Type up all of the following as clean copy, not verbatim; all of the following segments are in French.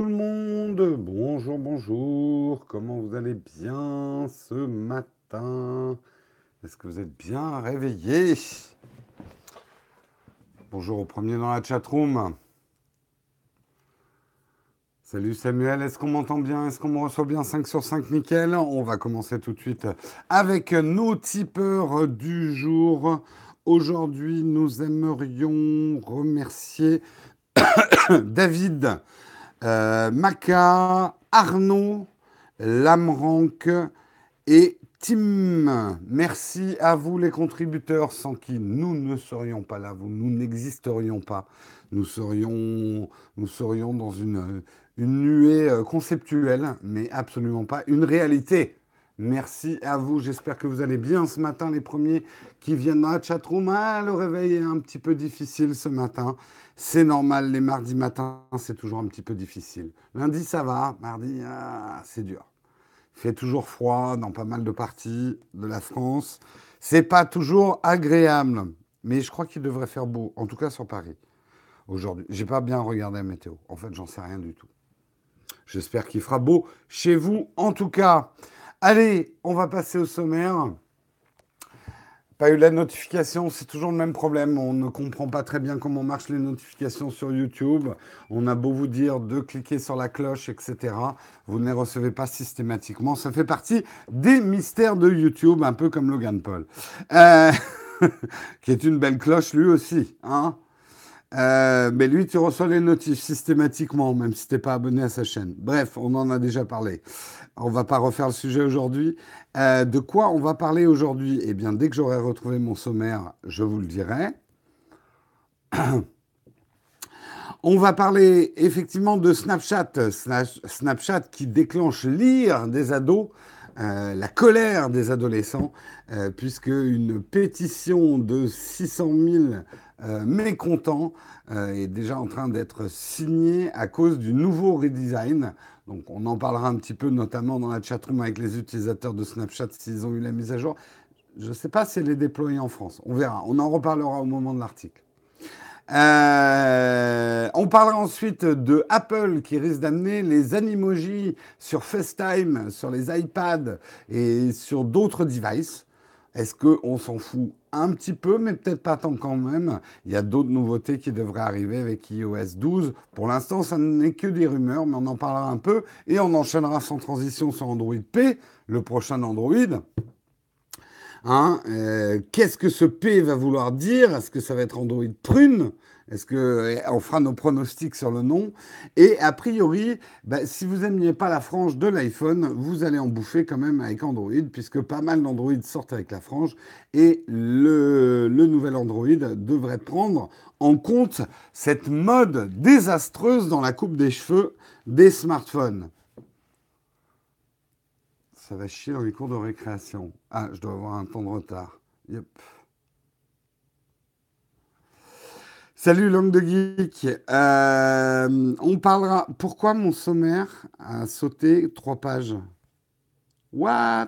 Tout le monde, bonjour, bonjour, comment vous allez bien ce matin? Est-ce que vous êtes bien réveillés? Bonjour au premier dans la chatroom. Salut Samuel, est-ce qu'on m'entend bien? Est-ce qu'on me reçoit bien 5 sur 5, nickel? On va commencer tout de suite avec nos tipeurs du jour. Aujourd'hui, nous aimerions remercier David, Maca, Arnaud, Lamranc et Tim. Merci à vous les contributeurs sans qui nous ne serions pas là, nous n'existerions pas. Nous serions dans une nuée conceptuelle, mais absolument pas une réalité. Merci à vous. J'espère que vous allez bien ce matin, les premiers qui viennent dans la chatroom. Ah, le réveil est un petit peu difficile ce matin. C'est normal, les mardis matins, c'est toujours un petit peu difficile. Lundi, ça va. Mardi, c'est dur. Il fait toujours froid dans pas mal de parties de la France. C'est pas toujours agréable. Mais je crois qu'il devrait faire beau, en tout cas sur Paris, aujourd'hui. J'ai pas bien regardé la météo. En fait, j'en sais rien du tout. J'espère qu'il fera beau chez vous, en tout cas. Allez, on va passer au sommaire. Pas eu la notification, c'est toujours le même problème. On ne comprend pas très bien comment marchent les notifications sur YouTube. On a beau vous dire de cliquer sur la cloche, etc. Vous ne les recevez pas systématiquement. Ça fait partie des mystères de YouTube, un peu comme Logan Paul. Euh, qui est une belle cloche lui aussi. Hein. Mais lui, tu reçois les notifs systématiquement, même si tu n'es pas abonné à sa chaîne. Bref, on en a déjà parlé. On va pas refaire le sujet aujourd'hui. De quoi on va parler aujourd'hui? Eh bien, dès que j'aurai retrouvé mon sommaire, je vous le dirai. On va parler effectivement de Snapchat. Snapchat qui déclenche l'ire des ados, la colère des adolescents, puisque une pétition de 600 000 mécontents est déjà en train d'être signée à cause du nouveau redesign. Donc on en parlera un petit peu, notamment dans la chatroom avec les utilisateurs de Snapchat s'ils ont eu la mise à jour. Je ne sais pas si elle est déployée en France. On verra. On en reparlera au moment de l'article. On parlera ensuite de Apple qui risque d'amener les animojis sur FaceTime, sur les iPads et sur d'autres devices. Est-ce qu'on s'en fout un petit peu, mais peut-être pas tant quand même. Il y a d'autres nouveautés qui devraient arriver avec iOS 12. Pour l'instant, ça n'est que des rumeurs, mais on en parlera un peu. Et on enchaînera sans transition sur Android P, le prochain Android. Hein, qu'est-ce que ce P va vouloir dire? Est-ce que ça va être Android prune? Est-ce que on fera nos pronostics sur le nom? Et a priori, bah, si vous n'aimiez pas la frange de l'iPhone, vous allez en bouffer quand même avec Android, puisque pas mal d'Android sortent avec la frange. Et le nouvel Android devrait prendre en compte cette mode désastreuse dans la coupe des cheveux des smartphones. Ça va chier dans les cours de récréation. Ah, je dois avoir un temps de retard. Yep. Salut Langue de Geek. On parlera. Pourquoi mon sommaire a sauté 3 pages? What?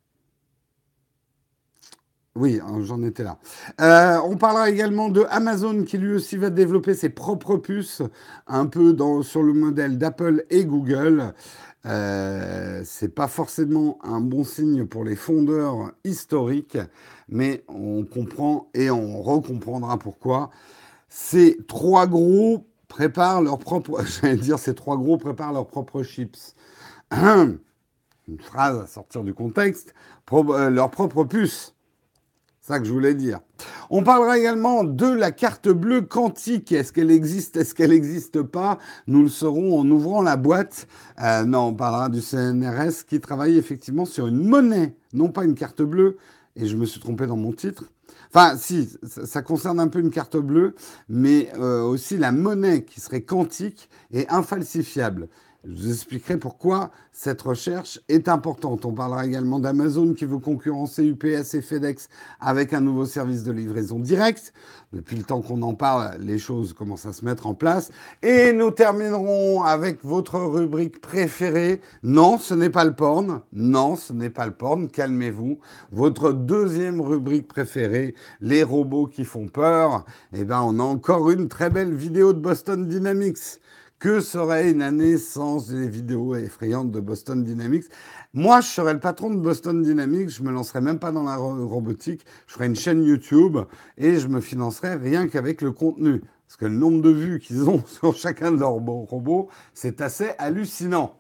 Oui, j'en étais là. On parlera également de Amazon qui lui aussi va développer ses propres puces, un peu sur le modèle d'Apple et Google. C'est pas forcément un bon signe pour les fondeurs historiques, mais on comprend et on recomprendra pourquoi. Ces trois gros préparent leur propre, j'allais dire, ces trois gros préparent leurs propres chips. Une phrase à sortir du contexte, leur propre puce. C'est ça que je voulais dire. On parlera également de la carte bleue quantique. Est-ce qu'elle existe? Est-ce qu'elle n'existe pas? Nous le saurons en ouvrant la boîte. Non, on parlera du CNRS qui travaille effectivement sur une monnaie, non pas une carte bleue. Et je me suis trompé dans mon titre. Enfin, si, ça concerne un peu une carte bleue, mais aussi la monnaie qui serait quantique et infalsifiable. Je vous expliquerai pourquoi cette recherche est importante. On parlera également d'Amazon qui veut concurrencer UPS et FedEx avec un nouveau service de livraison directe. Depuis le temps qu'on en parle, les choses commencent à se mettre en place. Et nous terminerons avec votre rubrique préférée. Non, ce n'est pas le porn. Non, ce n'est pas le porn. Calmez-vous. Votre deuxième rubrique préférée, les robots qui font peur. Eh bien, on a encore une très belle vidéo de Boston Dynamics Que serait une année sans les vidéos effrayantes de Boston Dynamics? Moi, je serais le patron de Boston Dynamics, je me lancerais même pas dans la robotique, je ferais une chaîne YouTube et je me financerais rien qu'avec le contenu. Parce que le nombre de vues qu'ils ont sur chacun de leurs robots, c'est assez hallucinant.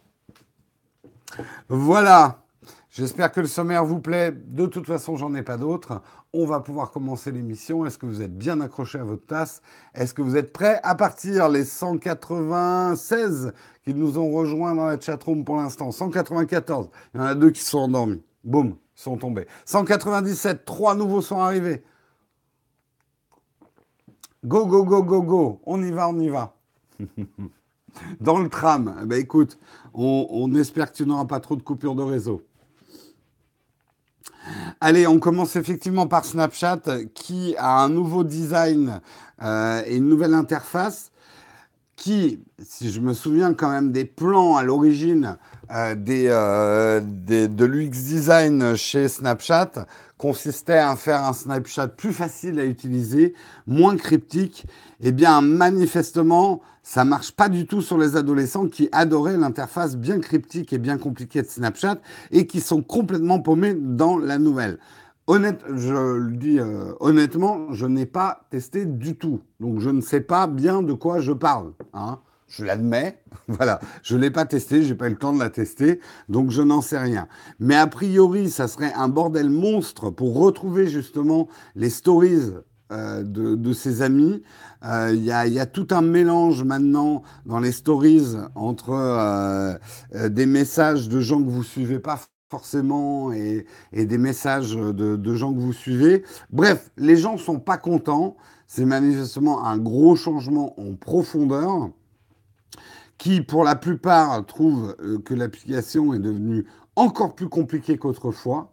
Voilà. J'espère que le sommaire vous plaît. De toute façon, j'en ai pas d'autres. On va pouvoir commencer l'émission. Est-ce que vous êtes bien accrochés à votre tasse? Est-ce que vous êtes prêts à partir? Les 196 qui nous ont rejoints dans la chatroom pour l'instant. 194. Il y en a deux qui sont endormis. Boum, ils sont tombés. 197. Trois nouveaux sont arrivés. Go, go, go, go, go. On y va, on y va. Dans le tram. Eh ben, écoute, on espère que tu n'auras pas trop de coupures de réseau. Allez, on commence effectivement par Snapchat qui a un nouveau design et une nouvelle interface qui, si je me souviens quand même des plans à l'origine de l'UX design chez Snapchat, consistait à faire un Snapchat plus facile à utiliser, moins cryptique. Eh bien, manifestement, ça marche pas du tout sur les adolescents qui adoraient l'interface bien cryptique et bien compliquée de Snapchat et qui sont complètement paumés dans la nouvelle. Je le dis honnêtement, je n'ai pas testé du tout. Donc, je ne sais pas bien de quoi je parle. Hein. Je l'admets. Voilà. Je ne l'ai pas testé, je n'ai pas eu le temps de la tester. Donc, je n'en sais rien. Mais a priori, ça serait un bordel monstre pour retrouver justement les stories de ses amis. Il y a tout un mélange maintenant dans les stories entre des messages de gens que vous suivez pas forcément et des messages de gens que vous suivez. Bref, les gens sont pas contents. C'est manifestement un gros changement en profondeur qui, pour la plupart, trouvent que l'application est devenue encore plus compliquée qu'autrefois.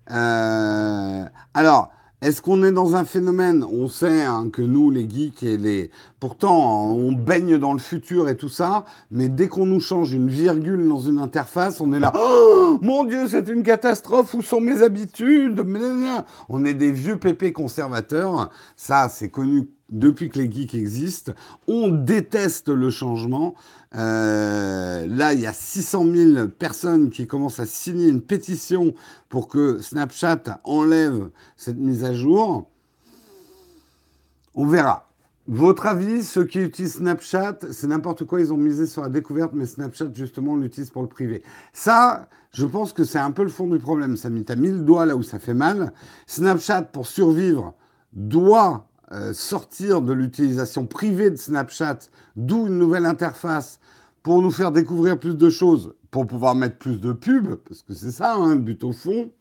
Alors, est-ce qu'on est dans un phénomène? On sait hein, que nous, les geeks et les... Pourtant, on baigne dans le futur et tout ça, mais dès qu'on nous change une virgule dans une interface, on est là. Oh, mon Dieu, c'est une catastrophe. Où sont mes habitudes? On est des vieux pépés conservateurs. Ça, c'est connu depuis que les geeks existent. On déteste le changement. Là, il y a 600 000 personnes qui commencent à signer une pétition pour que Snapchat enlève cette mise à jour. On verra. Votre avis, ceux qui utilisent Snapchat, c'est n'importe quoi, ils ont misé sur la découverte, mais Snapchat, justement, on l'utilise pour le privé. Ça, je pense que c'est un peu le fond du problème, Samy. Tu as mis le doigt là où ça fait mal. Snapchat, pour survivre, doit sortir de l'utilisation privée de Snapchat, d'où une nouvelle interface pour nous faire découvrir plus de choses, pour pouvoir mettre plus de pubs, parce que c'est ça, hein, le but au fond.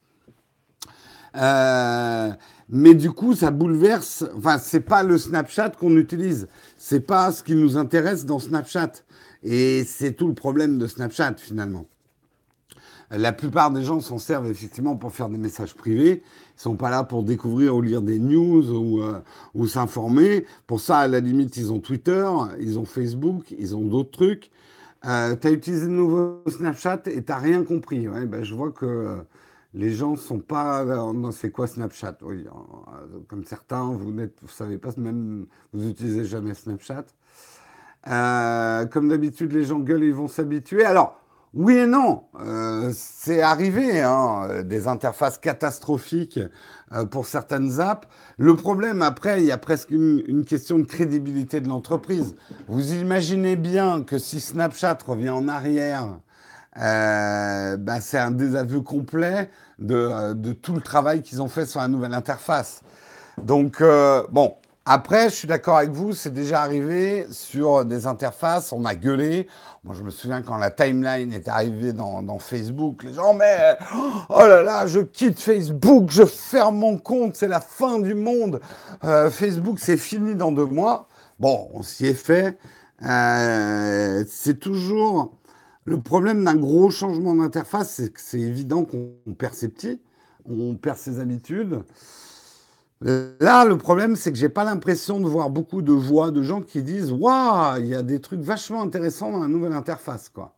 Mais du coup, ça bouleverse. Enfin, c'est pas le Snapchat qu'on utilise. C'est pas ce qui nous intéresse dans Snapchat. Et c'est tout le problème de Snapchat, finalement. La plupart des gens s'en servent effectivement pour faire des messages privés. Ils sont pas là pour découvrir ou lire des news ou s'informer. Pour ça, à la limite, ils ont Twitter, ils ont Facebook, ils ont d'autres trucs. Tu as utilisé le nouveau Snapchat et tu n'as rien compris. Ouais, ben, je vois que les gens sont pas... Non, c'est quoi Snapchat? Oui, comme certains, vous savez pas, même vous n'utilisez jamais Snapchat. Comme d'habitude, les gens gueulent, ils vont s'habituer. Alors, oui et non, c'est arrivé, hein, des interfaces catastrophiques pour certaines apps. Le problème, après, il y a presque une question de crédibilité de l'entreprise. Vous imaginez bien que si Snapchat revient en arrière, bah, c'est un désaveu complet de tout le travail qu'ils ont fait sur la nouvelle interface. Donc, bon, après, je suis d'accord avec vous, c'est déjà arrivé sur des interfaces, on a gueulé. Moi, je me souviens quand la timeline est arrivée dans Facebook, les gens, mais oh là là, je quitte Facebook, je ferme mon compte, c'est la fin du monde. Facebook, c'est fini dans 2 mois. Bon, on s'y est fait. C'est toujours le problème d'un gros changement d'interface, c'est que c'est évident qu'on perd ses petits, on perd ses habitudes. Là, le problème, c'est que j'ai pas l'impression de voir beaucoup de voix de gens qui disent waouh, il y a des trucs vachement intéressants dans la nouvelle interface, quoi.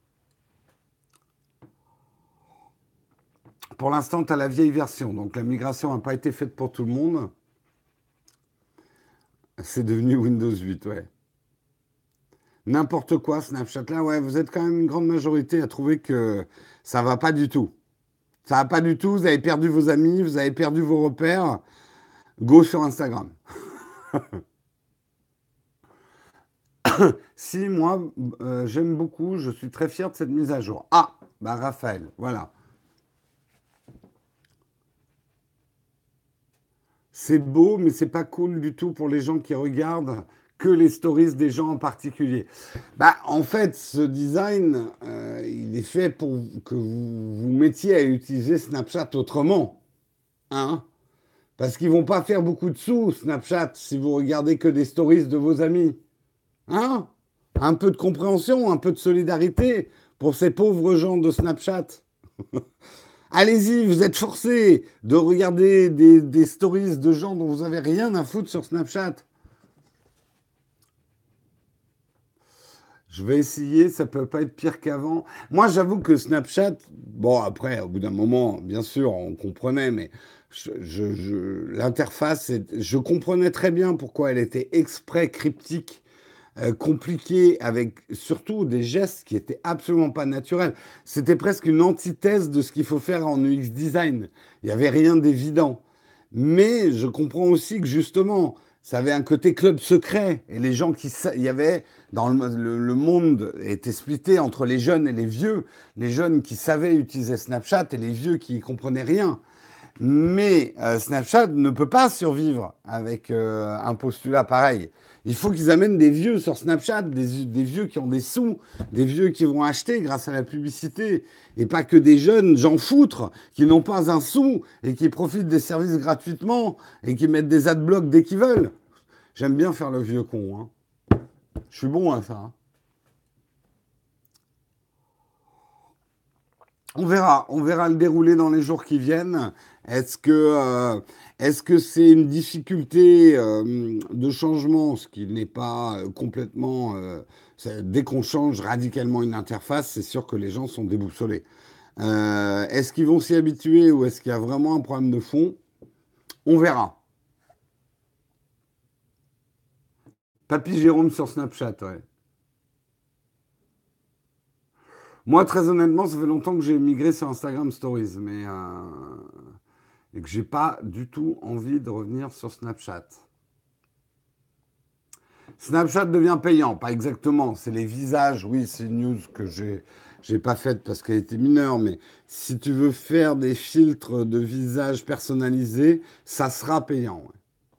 Pour l'instant, tu as la vieille version, donc la migration n'a pas été faite pour tout le monde. C'est devenu Windows 8, ouais. N'importe quoi, Snapchat. Là, ouais, vous êtes quand même une grande majorité à trouver que ça va pas du tout. Ça va pas du tout. Vous avez perdu vos amis, vous avez perdu vos repères. Go sur Instagram. Si, moi, j'aime beaucoup, je suis très fier de cette mise à jour. Ah, bah Raphaël, voilà. C'est beau, mais c'est pas cool du tout pour les gens qui regardent que les stories des gens en particulier. Bah, en fait, ce design, il est fait pour que vous vous mettiez à utiliser Snapchat autrement, hein? Parce qu'ils vont pas faire beaucoup de sous, Snapchat, si vous regardez que des stories de vos amis, hein? Un peu de compréhension, un peu de solidarité pour ces pauvres gens de Snapchat. Allez-y, vous êtes forcés de regarder des stories de gens dont vous avez rien à foutre sur Snapchat. Je vais essayer, ça peut pas être pire qu'avant. Moi, j'avoue que Snapchat, bon, après, au bout d'un moment, bien sûr, on comprenait, mais l'interface, je comprenais très bien pourquoi elle était exprès cryptique, compliquée, avec surtout des gestes qui étaient absolument pas naturels. C'était presque une antithèse de ce qu'il faut faire en UX design. Il n'y avait rien d'évident. Mais je comprends aussi que justement, ça avait un côté club secret. Et les gens il y avait, dans le monde était splitté entre les jeunes et les vieux. Les jeunes qui savaient utiliser Snapchat et les vieux qui y comprenaient rien. Mais Snapchat ne peut pas survivre avec un postulat pareil. Il faut qu'ils amènent des vieux sur Snapchat, des vieux qui ont des sous, des vieux qui vont acheter grâce à la publicité, et pas que des jeunes j'en foutre qui n'ont pas un sou et qui profitent des services gratuitement et qui mettent des adblocks dès qu'ils veulent. J'aime bien faire le vieux con, hein. Je suis bon à ça, hein. On verra le déroulé dans les jours qui viennent. Est-ce que est-ce que c'est une difficulté de changement, ce qui n'est pas complètement dès qu'on change radicalement une interface, c'est sûr que les gens sont déboussolés. Est-ce qu'ils vont s'y habituer ou est-ce qu'il y a vraiment un problème de fond? On verra. Papy Jérôme sur Snapchat, ouais. Moi, très honnêtement, ça fait longtemps que j'ai migré sur Instagram Stories, mais et que j'ai pas du tout envie de revenir sur Snapchat. Snapchat devient payant, pas exactement. C'est les visages, oui, c'est une news que j'ai pas faite parce qu'elle était mineure, mais si tu veux faire des filtres de visage personnalisés, ça sera payant, ouais.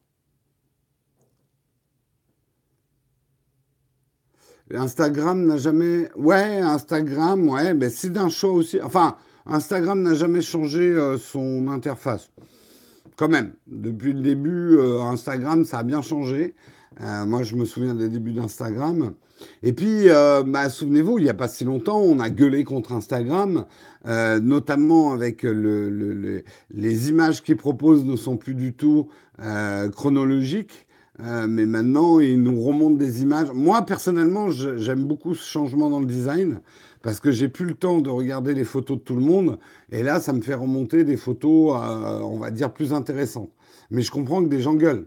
Instagram n'a jamais. Ouais, Instagram, ouais, mais c'est d'un choix aussi. Enfin, Instagram n'a jamais changé son interface. Quand même, depuis le début, Instagram, ça a bien changé. Moi, je me souviens des débuts d'Instagram. Et puis, bah, souvenez-vous, il n'y a pas si longtemps, on a gueulé contre Instagram, notamment avec les images qu'ils proposent ne sont plus du tout chronologiques. Mais maintenant, ils nous remontent des images. Moi, personnellement, j'aime beaucoup ce changement dans le design parce que j'ai plus le temps de regarder les photos de tout le monde. Et là, ça me fait remonter des photos, on va dire, plus intéressantes. Mais je comprends que des gens gueulent.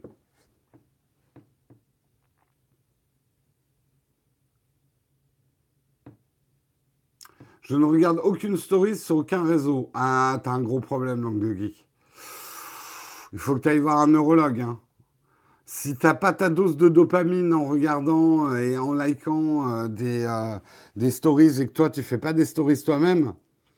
Je ne regarde aucune story sur aucun réseau. Ah, t'as un gros problème, langue de geek. Il faut que tu ailles voir un neurologue, hein. Si t'as pas ta dose de dopamine en regardant et en likant des stories et que toi, tu fais pas des stories toi-même,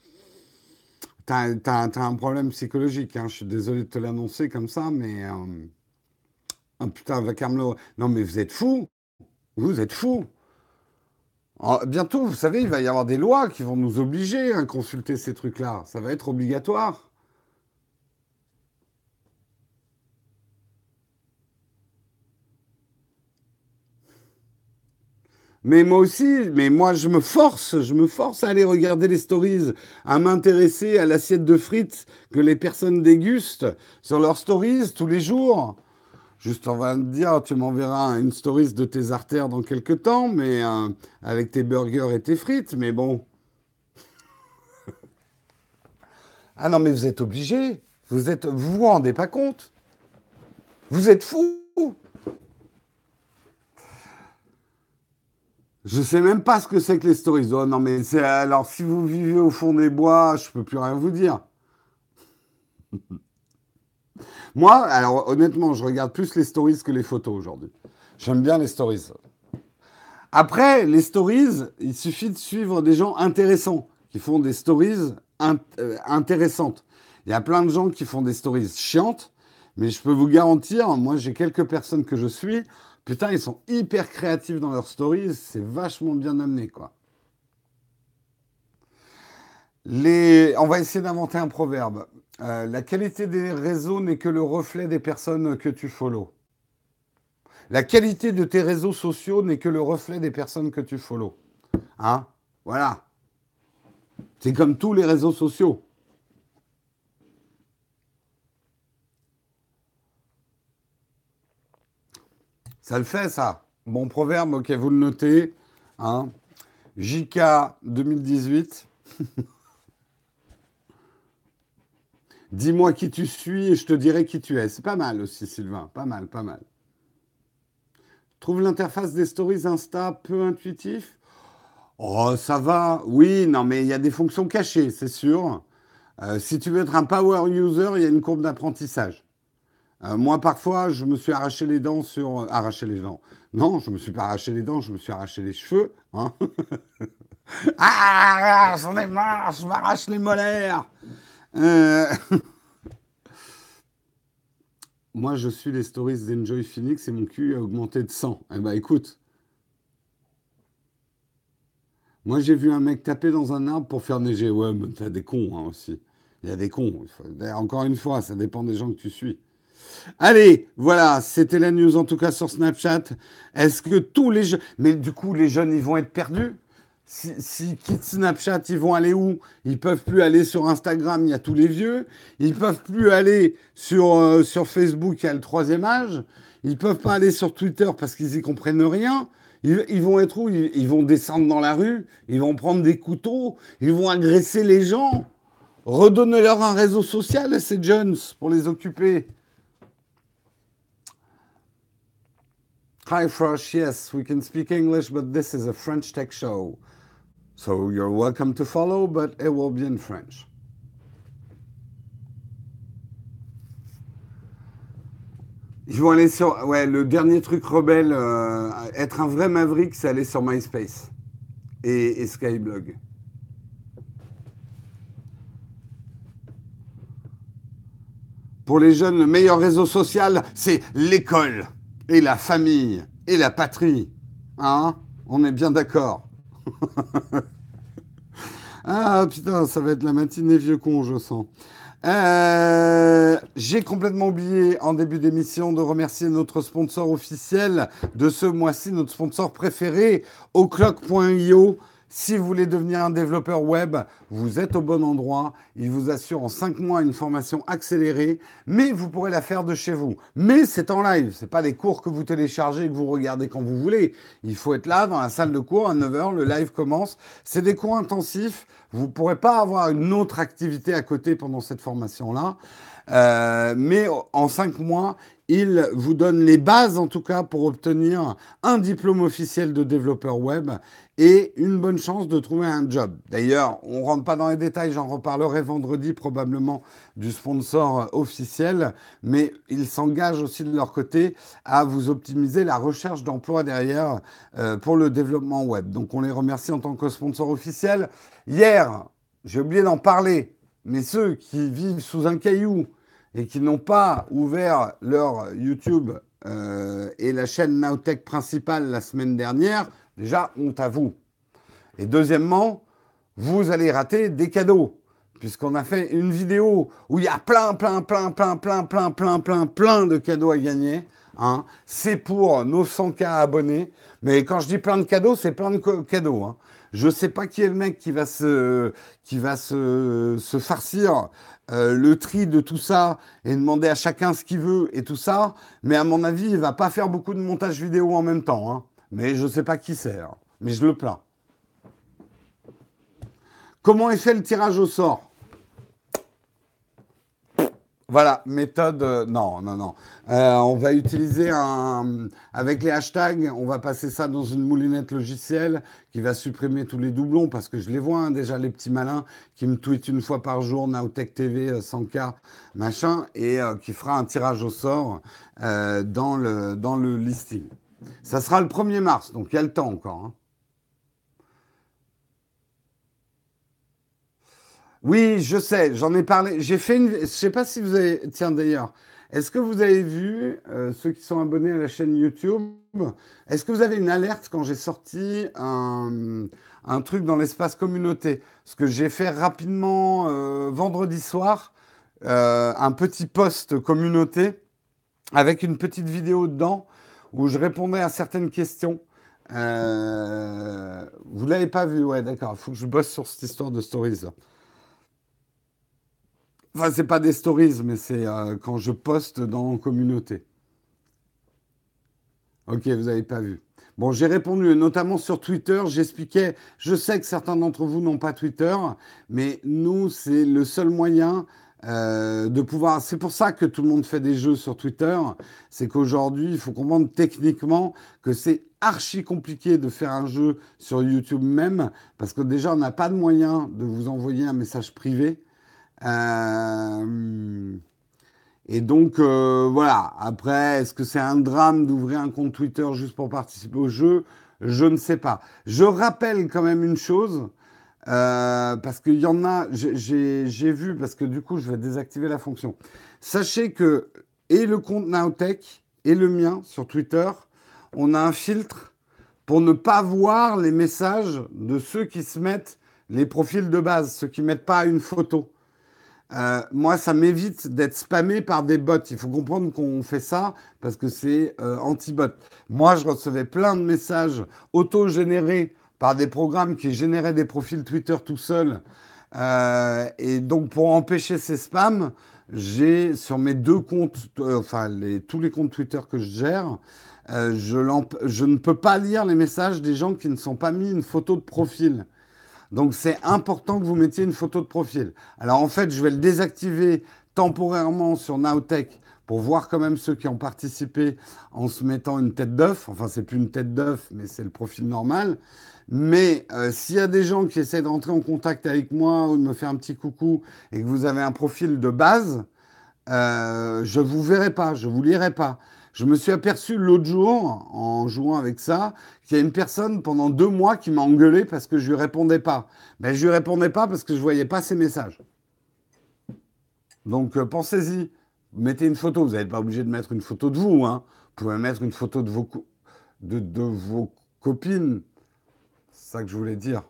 t'as un problème psychologique, hein. Je suis désolé de te l'annoncer comme ça, mais... ah, putain, va Carmelo. Non, mais vous êtes fous. Vous êtes fous. Bientôt, vous savez, il va y avoir des lois qui vont nous obliger à consulter ces trucs-là. Ça va être obligatoire. Mais moi aussi, mais moi je me force à aller regarder les stories, à m'intéresser à l'assiette de frites que les personnes dégustent sur leurs stories tous les jours. Juste, on va te dire, tu m'enverras une stories de tes artères dans quelques temps, mais avec tes burgers et tes frites. Mais bon, ah non, mais vous êtes obligés. Vous vous rendez pas compte. Vous êtes fous. Je sais même pas ce que c'est que les stories. Oh, non, mais c'est alors si vous vivez au fond des bois, je peux plus rien vous dire. Moi, alors honnêtement, je regarde plus les stories que les photos aujourd'hui. J'aime bien les stories. Après, les stories, il suffit de suivre des gens intéressants qui font des stories intéressantes. Il y a plein de gens qui font des stories chiantes, mais je peux vous garantir, moi j'ai quelques personnes que je suis, putain, ils sont hyper créatifs dans leurs stories, c'est vachement bien amené, quoi. On va essayer d'inventer un proverbe. La qualité des réseaux n'est que le reflet des personnes que tu follow. La qualité de tes réseaux sociaux n'est que le reflet des personnes que tu follow. Hein? Voilà. C'est comme tous les réseaux sociaux. Ça le fait, ça. Bon proverbe, ok, vous le notez. Hein? JK 2018. Dis-moi qui tu suis et je te dirai qui tu es. C'est pas mal aussi, Sylvain. Pas mal, pas mal. Trouve l'interface des stories Insta peu intuitif. Oh, ça va. Oui, non, mais il y a des fonctions cachées, c'est sûr. Si tu veux être un power user, il y a une courbe d'apprentissage. Moi, parfois, je me suis arraché les dents sur... arraché les dents. Non, je me suis pas arraché les dents, je me suis arraché les cheveux. Hein. Ah, j'en ai marre, je m'arrache les molaires. Euh, Moi, je suis les stories d'Enjoy Phoenix et mon cul a augmenté de 100. Eh ben, écoute, moi, j'ai vu un mec taper dans un arbre pour faire neiger. Ouais, mais t'as des cons hein, aussi. Il y a des cons. Encore une fois, ça dépend des gens que tu suis. Allez, voilà, c'était la news en tout cas sur Snapchat. Est-ce que tous les jeunes... Mais du coup, les jeunes, ils vont être perdus. Si quittent Snapchat, ils vont aller où? Ils peuvent plus aller sur Instagram, il y a tous les vieux. Ils peuvent plus aller sur Facebook, il y a le troisième âge. Ils peuvent pas aller sur Twitter parce qu'ils y comprennent rien. Ils vont être où? Ils vont descendre dans la rue, ils vont prendre des couteaux, ils vont agresser les gens. Redonnez-leur un réseau social à ces jeunes pour les occuper. Hi, Frosh. Yes, we can speak English, but this is a French tech show. So you're welcome to follow, but it will be in French. Ils vont aller sur... Ouais, le dernier truc rebelle, être un vrai maverick, c'est aller sur MySpace et Skyblog. Pour les jeunes, le meilleur réseau social, c'est l'école et la famille et la patrie. Hein? On est bien d'accord. Ah putain, ça va être la matinée vieux con, je sens. J'ai complètement oublié en début d'émission de remercier notre sponsor officiel de ce mois-ci, notre sponsor préféré, O'Clock.io. Si vous voulez devenir un développeur web, vous êtes au bon endroit. Il vous assure en 5 mois une formation accélérée, mais vous pourrez la faire de chez vous. Mais c'est en live, c'est pas des cours que vous téléchargez et que vous regardez quand vous voulez. Il faut être là dans la salle de cours à 9 heures, le live commence. C'est des cours intensifs. Vous ne pourrez pas avoir une autre activité à côté pendant cette formation-là. Mais en 5 mois, il vous donne les bases, en tout cas, pour obtenir un diplôme officiel de développeur web et une bonne chance de trouver un job. D'ailleurs, on ne rentre pas dans les détails, j'en reparlerai vendredi probablement du sponsor officiel, mais ils s'engagent aussi de leur côté à vous optimiser la recherche d'emploi derrière pour le développement web. Donc on les remercie en tant que sponsor officiel. Hier, j'ai oublié d'en parler, mais ceux qui vivent sous un caillou et qui n'ont pas ouvert leur YouTube et la chaîne Nowtech principale la semaine dernière, déjà, honte à vous. Et deuxièmement, vous allez rater des cadeaux, puisqu'on a fait une vidéo où il y a plein de cadeaux à gagner. Hein. C'est pour nos 100K abonnés. Mais quand je dis plein de cadeaux, c'est plein de cadeaux. Hein. Je ne sais pas qui est le mec qui va se farcir le tri de tout ça et demander à chacun ce qu'il veut et tout ça. Mais à mon avis, il va pas faire beaucoup de montage vidéo en même temps. Hein. Mais je ne sais pas qui c'est. Hein. Mais je le plains. Comment est fait le tirage au sort? Voilà, méthode. Non, non, non. On va utiliser avec les hashtags, on va passer ça dans une moulinette logicielle qui va supprimer tous les doublons parce que je les vois hein, déjà, les petits malins qui me tweetent une fois par jour, Nowtech TV 100K, machin, et qui fera un tirage au sort dans le listing. Ça sera le 1er mars, donc il y a le temps encore, hein. Oui, je sais, j'en ai parlé. J'ai fait une. Je sais pas si vous avez. Tiens, d'ailleurs, est-ce que vous avez vu, ceux qui sont abonnés à la chaîne YouTube, est-ce que vous avez une alerte quand j'ai sorti un truc dans l'espace communauté? Ce que j'ai fait rapidement vendredi soir, un petit post communauté avec une petite vidéo dedans où je répondais à certaines questions. Vous l'avez pas vu, ouais, d'accord. Il faut que je bosse sur cette histoire de stories. Enfin, c'est pas des stories, mais c'est quand je poste dans communauté. Ok, vous n'avez pas vu. Bon, j'ai répondu notamment sur Twitter. J'expliquais, je sais que certains d'entre vous n'ont pas Twitter, mais nous, c'est le seul moyen de pouvoir. C'est pour ça que tout le monde fait des jeux sur Twitter. C'est qu'aujourd'hui, il faut comprendre techniquement que c'est archi compliqué de faire un jeu sur YouTube même, parce que déjà, on n'a pas de moyen de vous envoyer un message privé. Euh, et donc, voilà. Après, est-ce que c'est un drame d'ouvrir un compte Twitter juste pour participer au jeu? Je ne sais pas. Je rappelle quand même une chose, parce qu'il y en a, j'ai vu, parce que du coup, je vais désactiver la fonction. Sachez que, et le compte Nowtech, et le mien sur Twitter, on a un filtre pour ne pas voir les messages de ceux qui se mettent les profils de base, ceux qui ne mettent pas une photo. Moi, ça m'évite d'être spammé par des bots. Il faut comprendre qu'on fait ça parce que c'est anti-bot. Moi, je recevais plein de messages auto-générés par des programmes qui généraient des profils Twitter tout seuls. Et donc, pour empêcher ces spams, j'ai sur mes deux comptes, enfin tous les comptes Twitter que je gère, je ne peux pas lire les messages des gens qui ne sont pas mis une photo de profil. Donc c'est important que vous mettiez une photo de profil. Alors en fait, je vais le désactiver temporairement sur Nowtech pour voir quand même ceux qui ont participé en se mettant une tête d'œuf. Enfin, c'est plus une tête d'œuf, mais c'est le profil normal. Mais s'il y a des gens qui essaient de rentrer en contact avec moi ou de me faire un petit coucou et que vous avez un profil de base, je vous verrai pas, je vous lirai pas. Je me suis aperçu l'autre jour, en jouant avec ça, qu'il y a une personne pendant 2 mois qui m'a engueulé parce que je lui répondais pas. Mais je lui répondais pas parce que je voyais pas ses messages. Donc pensez-y. Mettez une photo. Vous n'êtes pas obligé de mettre une photo de vous, hein. Vous pouvez mettre une photo de vos copines. C'est ça que je voulais dire.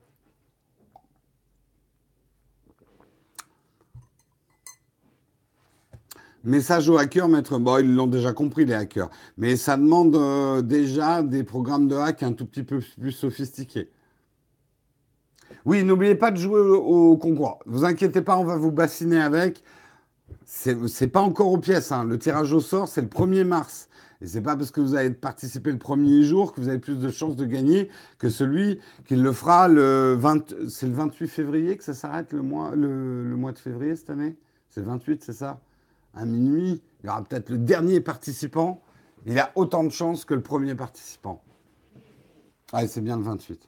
Message aux hackers, maître. Bon, ils l'ont déjà compris, les hackers. Mais ça demande déjà des programmes de hack un tout petit peu plus sophistiqués. Oui, n'oubliez pas de jouer au concours. Vous inquiétez pas, on va vous bassiner avec. C'est pas encore aux pièces, hein. Le tirage au sort, c'est le 1er mars. Et c'est pas parce que vous avez participé le premier jour que vous avez plus de chances de gagner que celui qui le fera le 20. C'est le 28 février que ça s'arrête le mois de février cette année? C'est le 28, c'est ça? À minuit, il y aura peut-être le dernier participant. Il a autant de chances que le premier participant. Ah, c'est bien le 28.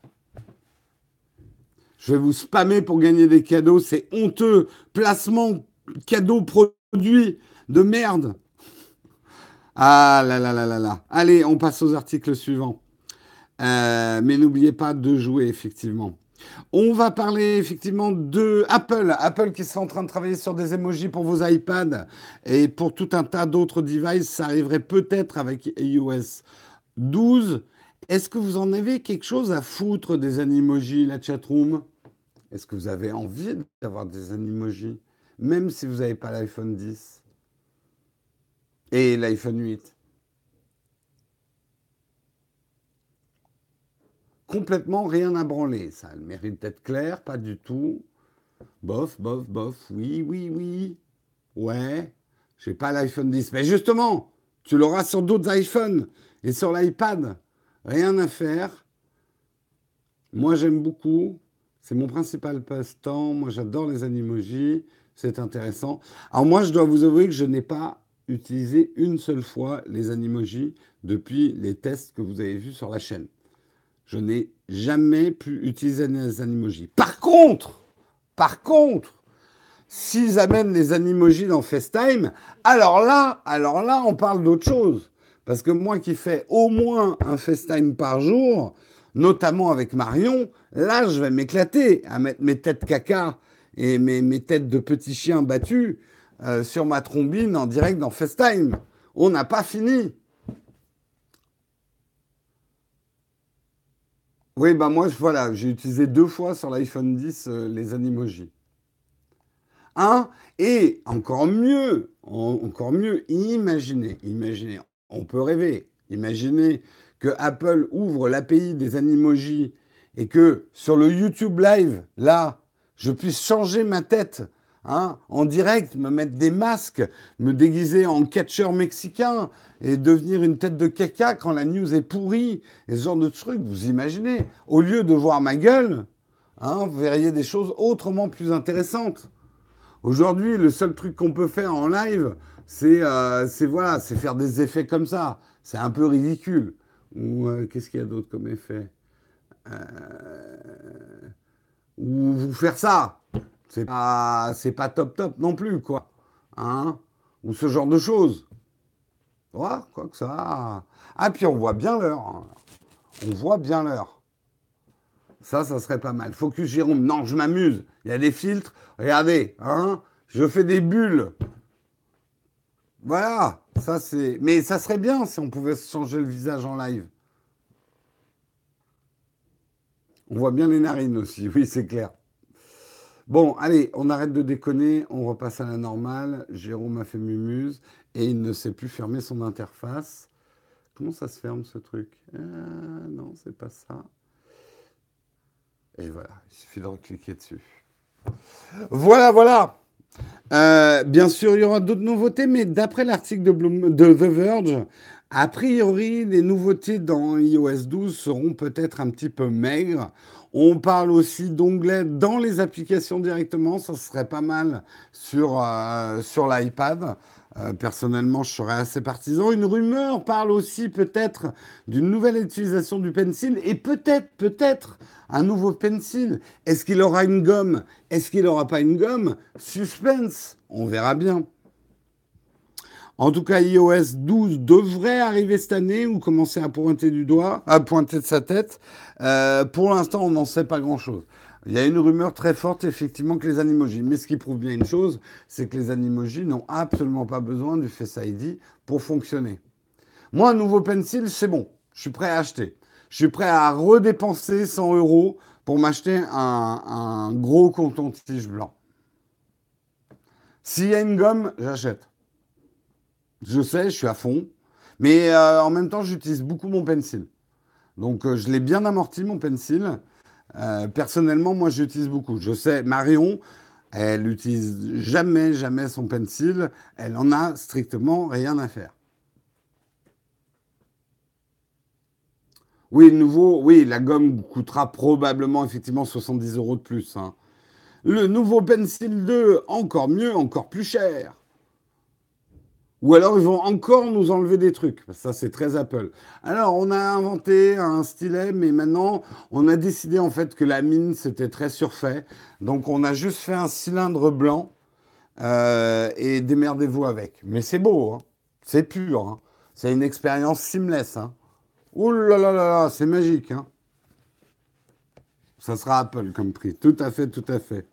Je vais vous spammer pour gagner des cadeaux. C'est honteux. Placement, cadeau, produit de merde. Ah là là là là là. Allez, on passe aux articles suivants. Mais n'oubliez pas de jouer, effectivement. On va parler effectivement de Apple. Apple qui sont en train de travailler sur des emojis pour vos iPads et pour tout un tas d'autres devices. Ça arriverait peut-être avec iOS 12. Est-ce que vous en avez quelque chose à foutre des animojis, la chatroom? Est-ce que vous avez envie d'avoir des animojis, même si vous n'avez pas l'iPhone 10 et l'iPhone 8? Complètement rien à branler. Ça a le mérite d'être clair, pas du tout. Bof, bof, bof. Oui, oui, oui. Ouais. J'ai pas l'iPhone 10. Mais justement, tu l'auras sur d'autres iPhones et sur l'iPad. Rien à faire. Moi, j'aime beaucoup. C'est mon principal passe-temps. Moi, j'adore les animojis. C'est intéressant. Alors moi, je dois vous avouer que je n'ai pas utilisé une seule fois les animojis depuis les tests que vous avez vus sur la chaîne. Je n'ai jamais pu utiliser les animojis. Par contre, s'ils amènent les animojis dans FaceTime, alors là, on parle d'autre chose. Parce que moi qui fais au moins un FaceTime par jour, notamment avec Marion, là, je vais m'éclater à mettre mes têtes caca et mes têtes de petits chiens battus sur ma trombine en direct dans FaceTime. On n'a pas fini. Oui, bah moi, voilà, j'ai utilisé 2 fois sur l'iPhone 10 les animojis. Hein? Et encore mieux, imaginez, on peut rêver. Imaginez que Apple ouvre l'API des Animoji et que sur le YouTube Live, là, je puisse changer ma tête, hein, en direct, me mettre des masques, me déguiser en catcheur mexicain et devenir une tête de caca quand la news est pourrie, et ce genre de trucs, vous imaginez. Au lieu de voir ma gueule, hein, vous verriez des choses autrement plus intéressantes. Aujourd'hui, le seul truc qu'on peut faire en live, voilà, c'est faire des effets comme ça. C'est un peu ridicule. Ou qu'est-ce qu'il y a d'autre comme effet? Ou vous faire ça. C'est pas top top non plus, quoi. Hein? Ou ce genre de choses. Ouais, quoi que ça. Ah, puis on voit bien l'heure, hein. On voit bien l'heure. Ça serait pas mal. Focus Jérôme. Non, je m'amuse. Il y a des filtres. Regardez, hein? Je fais des bulles. Voilà, ça c'est. Mais ça serait bien si on pouvait se changer le visage en live. On voit bien les narines aussi, oui, c'est clair. Bon, allez, on arrête de déconner, on repasse à la normale. Jérôme a fait mumuse et il ne sait plus fermer son interface. Comment ça se ferme ce truc? Non, c'est pas ça. Et voilà, il suffit de cliquer dessus. Voilà, voilà. Bien sûr, il y aura d'autres nouveautés, mais d'après l'article de The Verge, a priori, les nouveautés dans iOS 12 seront peut-être un petit peu maigres. On parle aussi d'onglets dans les applications directement, ça serait pas mal sur l'iPad. Personnellement, je serais assez partisan. Une rumeur parle aussi peut-être d'une nouvelle utilisation du pencil et peut-être un nouveau pencil. Est-ce qu'il aura une gomme? Est-ce qu'il n'aura pas une gomme? Suspense, on verra bien. En tout cas, iOS 12 devrait arriver cette année ou commencer à pointer du doigt, à pointer de sa tête. Pour l'instant, on n'en sait pas grand-chose. Il y a une rumeur très forte, effectivement, que les animojis. Mais ce qui prouve bien une chose, c'est que les animojis n'ont absolument pas besoin du Face ID pour fonctionner. Moi, un nouveau pencil, c'est bon. Je suis prêt à acheter. Je suis prêt à redépenser 100 euros pour m'acheter un gros coton-tige blanc. S'il y a une gomme, j'achète. Je sais, je suis à fond. Mais en même temps, j'utilise beaucoup mon pencil. Donc, je l'ai bien amorti, mon pencil. Personnellement, moi, j'utilise beaucoup. Je sais, Marion, elle n'utilise jamais son pencil. Elle en a strictement rien à faire. Oui, le nouveau, oui, la gomme coûtera probablement effectivement 70 euros de plus, hein. Le nouveau Pencil 2, encore mieux, encore plus cher. Ou alors ils vont encore nous enlever des trucs. Ça, c'est très Apple. Alors, on a inventé un stylet, mais maintenant, on a décidé en fait que la mine, c'était très surfait. Donc, on a juste fait un cylindre blanc et démerdez-vous avec. Mais c'est beau, hein. C'est pur, hein. C'est une expérience seamless, hein. Ouh là là là là, c'est magique, hein. Ça sera Apple comme prix. Tout à fait, tout à fait.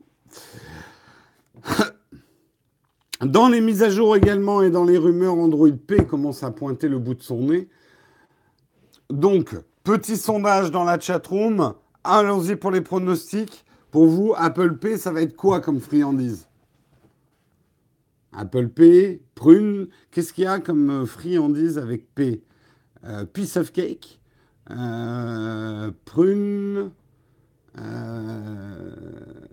Dans les mises à jour également et dans les rumeurs, Android P commence à pointer le bout de son nez. Donc, petit sondage dans la chatroom. Allons-y pour les pronostics. Pour vous, Apple P, ça va être quoi comme friandise? Apple P, prune. Qu'est-ce qu'il y a comme friandise avec P? Piece of cake. Prune. Euh,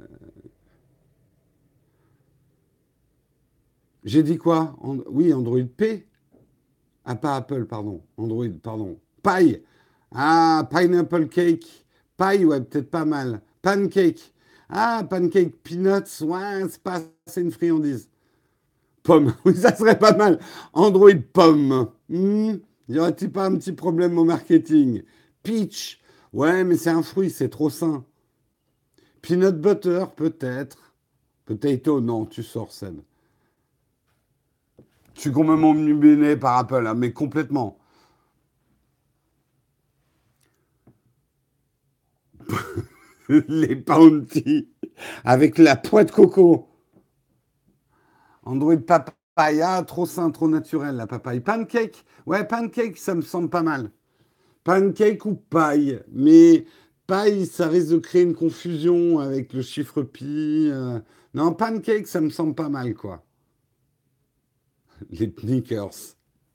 J'ai dit quoi? Oui, Android P. Ah, pas Apple, pardon. Android, pardon. Pie. Ah, pineapple cake. Pie, ouais, peut-être pas mal. Pancake. Ah, pancake peanuts, ouais, c'est pas, c'est une friandise. Pomme, oui, ça serait pas mal. Android pomme. Y aurait-il pas un petit problème au marketing? Peach, ouais, mais c'est un fruit, c'est trop sain. Peanut butter, peut-être. Potato, non, tu sors, Seb. Je suis complètement omnibulé par Apple, hein, mais complètement. Les Bounty avec la poix de coco. Android papaya, trop sain, trop naturel, la papaye. Pancake, ouais, pancake, ça me semble pas mal. Pancake ou paille, mais paille, ça risque de créer une confusion avec le chiffre pi. Non, pancake, ça me semble pas mal, quoi. Les sneakers.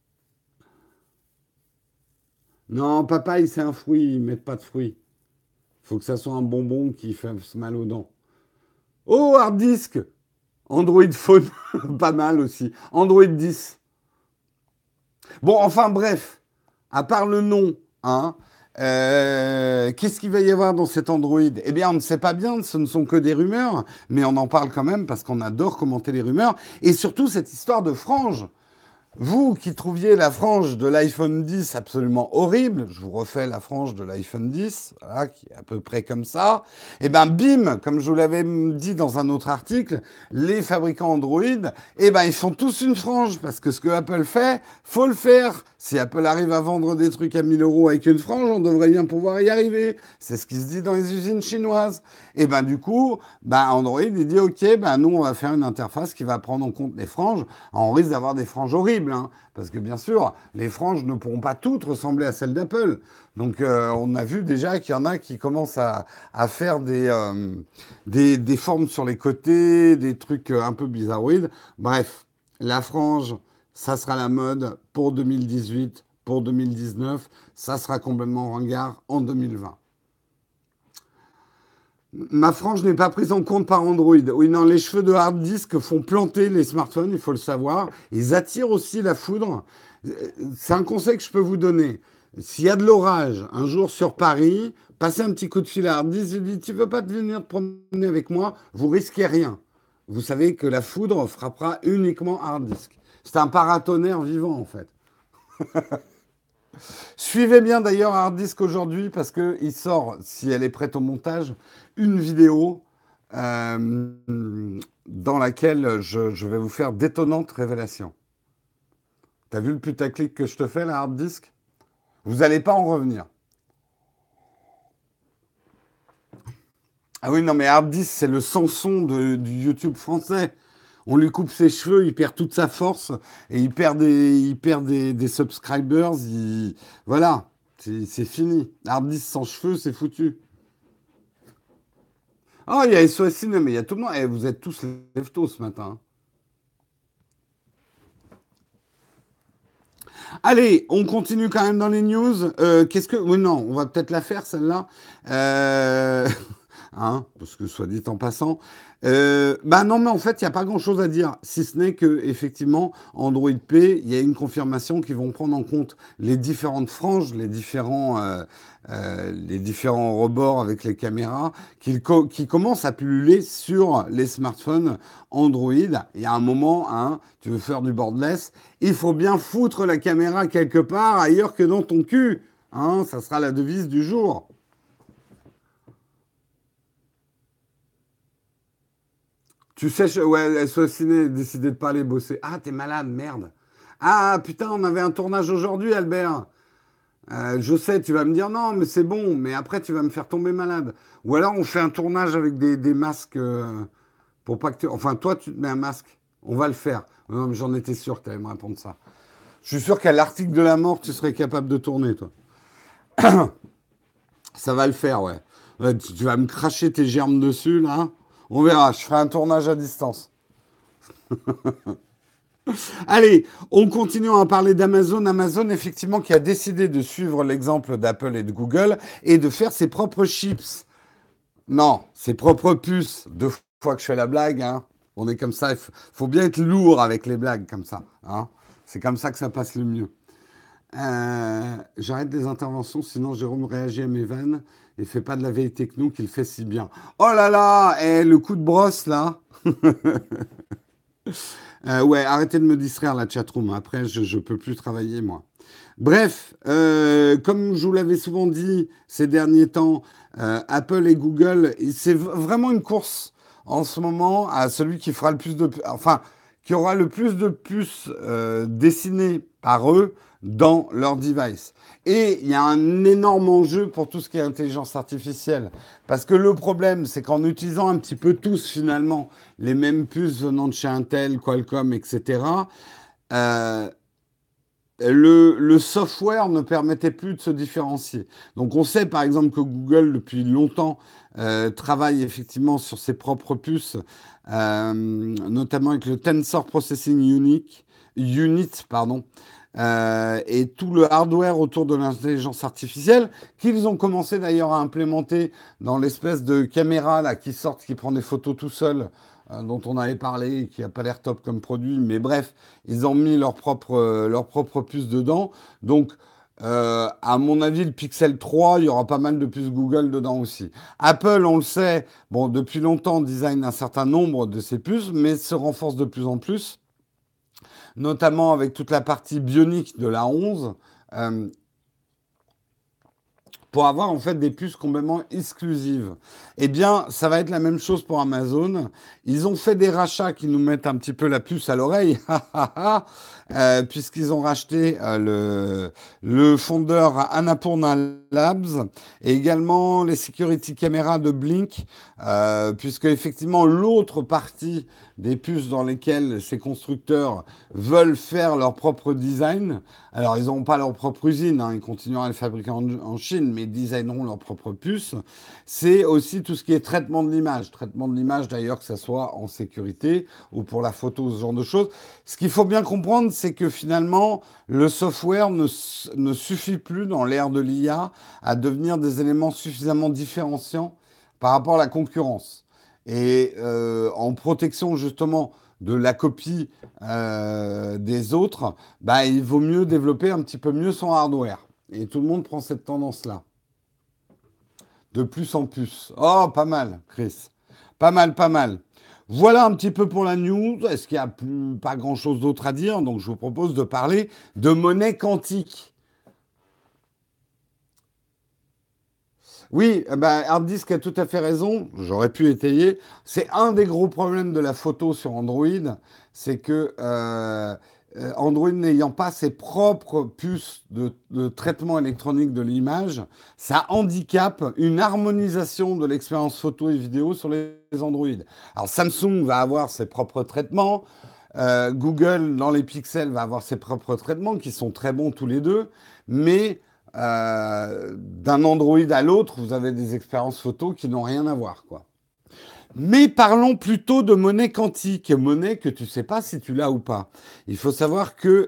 Non, papaye, c'est un fruit, ils mettent pas de fruits. Faut que ça soit un bonbon qui fasse mal aux dents. Oh, hard disk! Android Phone, pas mal aussi. Android 10. Bon, enfin bref, à part le nom, hein, qu'est-ce qu'il va y avoir dans cet Android? Eh bien, on ne sait pas bien, ce ne sont que des rumeurs, mais on en parle quand même parce qu'on adore commenter les rumeurs. Et surtout, cette histoire de frange. Vous qui trouviez la frange de l'iPhone 10 absolument horrible, je vous refais la frange de l'iPhone 10, voilà, qui est à peu près comme ça, et ben bim, comme je vous l'avais dit dans un autre article, les fabricants Android, et ben ils font tous une frange, parce que ce que Apple fait, faut le faire. Si Apple arrive à vendre des trucs à 1000 euros avec une frange, on devrait bien pouvoir y arriver. C'est ce qui se dit dans les usines chinoises. Et ben du coup, ben Android, il dit, ok, ben nous, on va faire une interface qui va prendre en compte les franges. Alors, on risque d'avoir des franges horribles, hein, parce que bien sûr, les franges ne pourront pas toutes ressembler à celles d'Apple. Donc, on a vu déjà qu'il y en a qui commencent à faire des formes sur les côtés, des trucs un peu bizarroïdes. Bref, la frange, ça sera la mode pour 2018, pour 2019. Ça sera complètement ringard en 2020. Ma frange n'est pas prise en compte par Android. Oui, non, les cheveux de hard disk font planter les smartphones, il faut le savoir. Ils attirent aussi la foudre. C'est un conseil que je peux vous donner. S'il y a de l'orage un jour sur Paris, passez un petit coup de fil à hard disk et dites, tu veux pas te venir te promener avec moi? Vous risquez rien. Vous savez que la foudre frappera uniquement hard disk. C'est un paratonnerre vivant en fait. Suivez bien d'ailleurs Hard Disk aujourd'hui parce qu'il sort, si elle est prête au montage, une vidéo euh, dans laquelle je vais vous faire d'étonnantes révélations. T'as vu le putaclic que je te fais là, Hard Disk? Vous n'allez pas en revenir. Ah oui, non, mais Hard Disk, c'est le Samson du YouTube français. On lui coupe ses cheveux, il perd toute sa force et il perd des subscribers. Voilà, c'est fini. Hard Disk sans cheveux, c'est foutu. Ah, il y a SOS Ciné, mais il y a tout le monde. Eh, vous êtes tous lève-tôt ce matin. Allez, on continue quand même dans les news. Qu'est-ce que... Oui, non, on va peut-être la faire, celle-là. Euh, hein, parce que soit dit en passant. Bah non, mais en fait, il n'y a pas grand-chose à dire, si ce n'est que effectivement, Android P, il y a une confirmation qu'ils vont prendre en compte les différentes franges, les différents rebords avec les caméras, qui commencent à pulluler sur les smartphones Android. Il y a un moment, hein, tu veux faire du borderless, il faut bien foutre la caméra quelque part ailleurs que dans ton cul. Hein, ça sera la devise du jour. Tu sais, ouais, SOS Ciné décidé de pas aller bosser. Ah, t'es malade, merde. Ah, putain, on avait un tournage aujourd'hui, Albert. Je sais, tu vas me dire non, mais c'est bon, mais après tu vas me faire tomber malade. Ou alors on fait un tournage avec des masques pour pas que tu... Enfin, toi, tu te mets un masque. On va le faire. Non, mais j'en étais sûr que tu allais me répondre ça. Je suis sûr qu'à l'article de la mort, tu serais capable de tourner, toi. Ça va le faire, ouais. Ouais, tu vas me cracher tes germes dessus, là. On verra, je ferai un tournage à distance. Allez, on continue à parler d'Amazon. Amazon, effectivement, qui a décidé de suivre l'exemple d'Apple et de Google et de faire ses propres chips. Non, ses propres puces. Deux fois que je fais la blague, hein. On est comme ça. Il faut bien être lourd avec les blagues comme ça. Hein. C'est comme ça que ça passe le mieux. J'arrête les interventions, sinon Jérôme réagit à mes vannes et fait pas de la vieille techno qu'il fait si bien. Oh là là, le coup de brosse là. Ouais, arrêtez de me distraire la chatroom. Après, je peux plus travailler moi. Bref, comme je vous l'avais souvent dit ces derniers temps, Apple et Google, c'est vraiment une course en ce moment à celui qui fera le plus de, enfin, qui aura le plus de puces dessinées par eux dans leur device. Et il y a un énorme enjeu pour tout ce qui est intelligence artificielle. Parce que le problème, c'est qu'en utilisant un petit peu tous finalement les mêmes puces venant de chez Intel, Qualcomm, etc., euh, le software ne permettait plus de se différencier. Donc on sait par exemple que Google, depuis longtemps, travaille effectivement sur ses propres puces, notamment avec le Tensor Processing Unit, pardon, et tout le hardware autour de l'intelligence artificielle, qu'ils ont commencé d'ailleurs à implémenter dans l'espèce de caméra là, qui sort, qui prend des photos tout seul, dont on avait parlé, et qui n'a pas l'air top comme produit, mais bref, ils ont mis leur propre puce dedans. Donc, à mon avis, le Pixel 3, il y aura pas mal de puces Google dedans aussi. Apple, on le sait, bon, depuis longtemps, design un certain nombre de ces puces, mais se renforce de plus en plus, notamment avec toute la partie bionique de la 11. euh, pour avoir en fait des puces complètement exclusives. Eh bien, ça va être la même chose pour Amazon. Ils ont fait des rachats qui nous mettent un petit peu la puce à l'oreille, puisqu'ils ont racheté le fondeur Annapurna Labs et également les security cameras de Blink, puisque effectivement l'autre partie des puces dans lesquelles ces constructeurs veulent faire leur propre design. Alors, ils n'auront pas leur propre usine, hein, ils continueront à les fabriquer en Chine, mais ils designeront leur propre puce. C'est aussi tout ce qui est traitement de l'image. Traitement de l'image, d'ailleurs, que ce soit en sécurité ou pour la photo, ce genre de choses. Ce qu'il faut bien comprendre, c'est que finalement, le software ne suffit plus dans l'ère de l'IA à devenir des éléments suffisamment différenciants par rapport à la concurrence. Et en protection, justement, de la copie des autres, bah, il vaut mieux développer un petit peu mieux son hardware. Et tout le monde prend cette tendance-là. De plus en plus. Oh, pas mal, Chris. Pas mal, pas mal. Voilà un petit peu pour la news. Est-ce qu'il n'y a pas grand-chose d'autre à dire? Donc, je vous propose de parler de monnaie quantique. Oui, bah, Harddisk a tout à fait raison. J'aurais pu étayer. C'est un des gros problèmes de la photo sur Android. C'est que Android n'ayant pas ses propres puces de traitement électronique de l'image, ça handicape une harmonisation de l'expérience photo et vidéo sur les Android. Alors Samsung va avoir ses propres traitements. Google, dans les pixels, va avoir ses propres traitements qui sont très bons tous les deux. Mais d'un Android à l'autre, vous avez des expériences photo qui n'ont rien à voir, quoi. Mais parlons plutôt de monnaie quantique, monnaie que tu ne sais pas si tu l'as ou pas. Il faut savoir que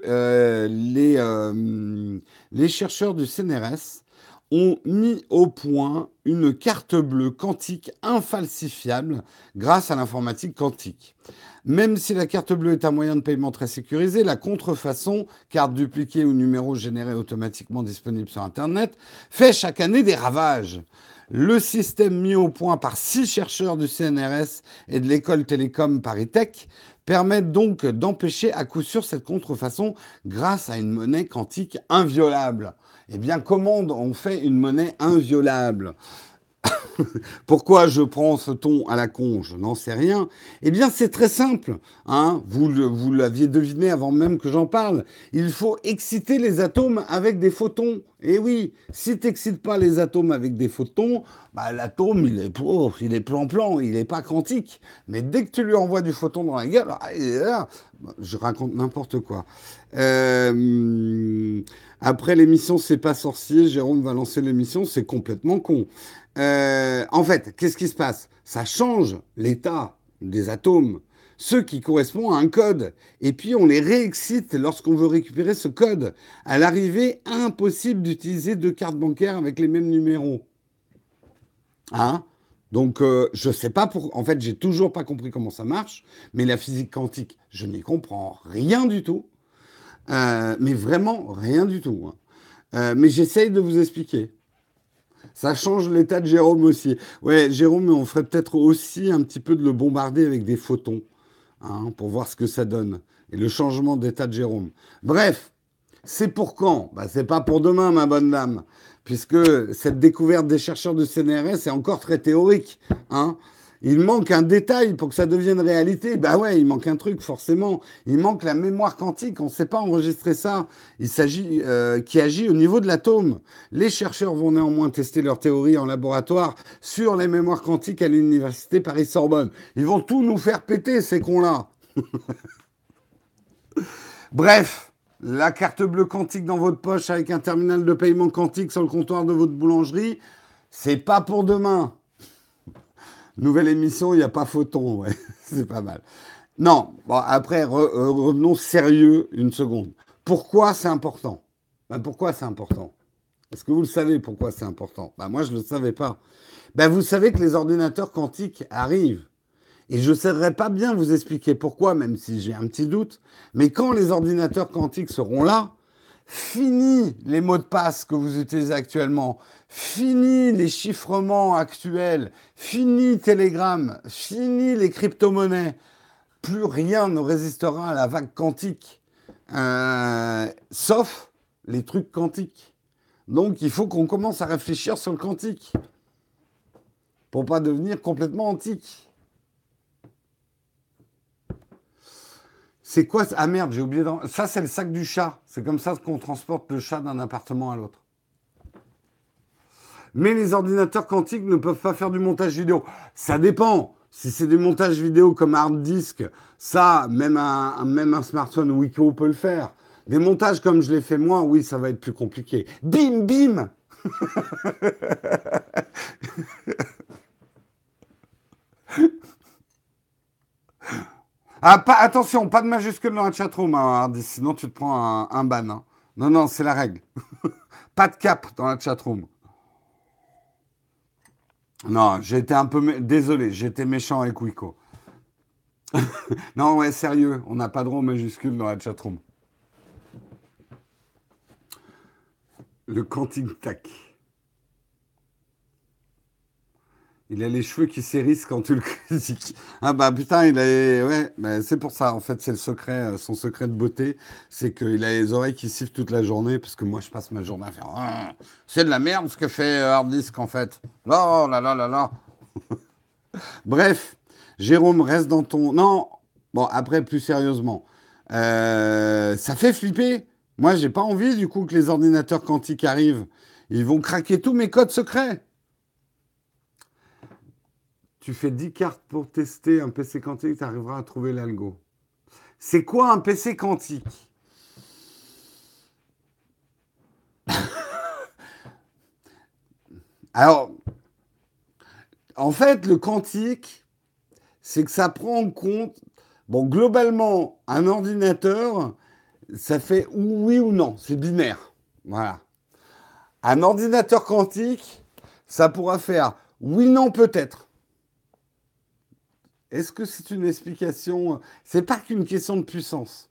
les chercheurs du CNRS ont mis au point une carte bleue quantique infalsifiable grâce à l'informatique quantique. Même si la carte bleue est un moyen de paiement très sécurisé, la contrefaçon, carte dupliquée ou numéro généré automatiquement disponible sur Internet, fait chaque année des ravages. Le système mis au point par 6 chercheurs du CNRS et de l'école télécom ParisTech permet donc d'empêcher à coup sûr cette contrefaçon grâce à une monnaie quantique inviolable. Eh bien, comment on fait une monnaie inviolable? Pourquoi je prends ce ton à la con? Je n'en sais rien. Eh bien, c'est très simple, hein. Vous l'aviez deviné avant même que j'en parle. Il faut exciter les atomes avec des photons. Et oui, si tu n'excites pas les atomes avec des photons, bah, l'atome, il est plan-plan, il n'est pas quantique. Mais dès que tu lui envoies du photon dans la gueule, il est là. Je raconte n'importe quoi. Après l'émission C'est pas sorcier, Jérôme va lancer l'émission, c'est complètement con. En fait, qu'est-ce qui se passe? Ça change l'état des atomes, ce qui correspond à un code. Et puis, on les réexcite lorsqu'on veut récupérer ce code. À l'arrivée, impossible d'utiliser deux cartes bancaires avec les mêmes numéros. Hein? Donc, je sais pas pour. En fait, j'ai toujours pas compris comment ça marche, mais la physique quantique, je n'y comprends rien du tout. Mais vraiment rien du tout, hein. Mais j'essaye de vous expliquer. Ça change l'état de Jérôme aussi. Ouais, Jérôme, on ferait peut-être aussi un petit peu de le bombarder avec des photons, hein, pour voir ce que ça donne. Et le changement d'état de Jérôme. Bref, c'est pour quand? Bah, c'est pas pour demain, ma bonne dame, puisque cette découverte des chercheurs du CNRS est encore très théorique, hein. Il manque un détail pour que ça devienne réalité. Bah ouais, il manque un truc, forcément. Il manque la mémoire quantique. On ne sait pas enregistrer ça. Il s'agit qui agit au niveau de l'atome. Les chercheurs vont néanmoins tester leur théorie en laboratoire sur les mémoires quantiques à l'université Paris-Sorbonne. Ils vont tout nous faire péter, ces cons-là. Bref, la carte bleue quantique dans votre poche avec un terminal de paiement quantique sur le comptoir de votre boulangerie, c'est pas pour demain. Nouvelle émission, il n'y a pas photon, ouais. C'est pas mal. Non, bon, après, revenons sérieux une seconde. Pourquoi c'est important? Ben, pourquoi c'est important? Est-ce que vous le savez pourquoi c'est important? Ben, moi, je ne le savais pas. Ben, vous savez que les ordinateurs quantiques arrivent. Et je ne saurais pas bien vous expliquer pourquoi, même si j'ai un petit doute. Mais quand les ordinateurs quantiques seront là, fini les mots de passe que vous utilisez actuellement, fini les chiffrements actuels, fini Telegram, fini les crypto-monnaies. Plus rien ne résistera à la vague quantique, sauf les trucs quantiques. Donc il faut qu'on commence à réfléchir sur le quantique pour pas devenir complètement antique. C'est quoi ça? Ah merde, j'ai oublié. Ça, c'est le sac du chat. C'est comme ça qu'on transporte le chat d'un appartement à l'autre. Mais les ordinateurs quantiques ne peuvent pas faire du montage vidéo. Ça dépend. Si c'est du montage vidéo comme hard disk, ça, même un smartphone Wiko peut le faire. Des montages comme je l'ai fait moi, oui, ça va être plus compliqué. Bim, bim. Ah, attention, pas de majuscule dans la chatroom, hein, hard disk, sinon tu te prends un ban, hein. Non, non, c'est la règle. Pas de cap dans la chatroom. Non, j'ai été un peu... Désolé, j'étais méchant avec Wiko. Non, ouais, sérieux, on n'a pas droit aux majuscules dans la chatroom. Le Quantic Tac. Il a les cheveux qui s'hérissent quand tu le critiques. Ah bah putain, il a... Ouais, bah, c'est pour ça, en fait, c'est le secret, son secret de beauté, c'est qu'il a les oreilles qui sifflent toute la journée, parce que moi, je passe ma journée à faire... Ah, c'est de la merde ce que fait Hard Disk, en fait. Oh là là là là. Bref, Jérôme, reste dans ton... Non, bon, après, plus sérieusement, ça fait flipper. Moi, j'ai pas envie, du coup, que les ordinateurs quantiques arrivent. Ils vont craquer tous mes codes secrets. Tu fais 10 cartes pour tester un PC quantique, tu arriveras à trouver l'algo. C'est quoi un PC quantique? Alors, en fait, le quantique, c'est que ça prend en compte... Bon, globalement, un ordinateur, ça fait oui ou non, c'est binaire. Voilà. Un ordinateur quantique, ça pourra faire oui, non, peut-être. Est-ce que c'est une explication? C'est pas qu'une question de puissance.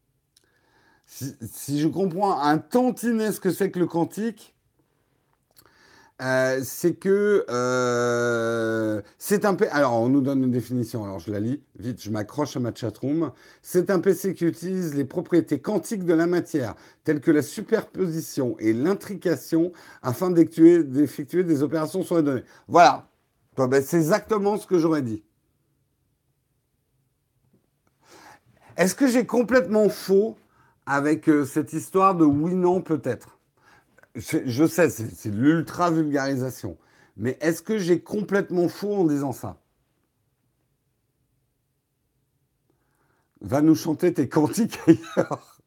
Si je comprends un tantinet ce que c'est que le quantique, c'est que c'est un PC. Alors, on nous donne une définition. Alors, je la lis vite. Je m'accroche à ma chatroom. C'est un PC qui utilise les propriétés quantiques de la matière, telles que la superposition et l'intrication, afin d'effectuer des opérations sur les données. Voilà. Ben, c'est exactement ce que j'aurais dit. Est-ce que j'ai complètement faux avec cette histoire de oui, non, peut-être? Je sais, c'est de l'ultra vulgarisation. Mais est-ce que j'ai complètement faux en disant ça? Va nous chanter tes cantiques ailleurs.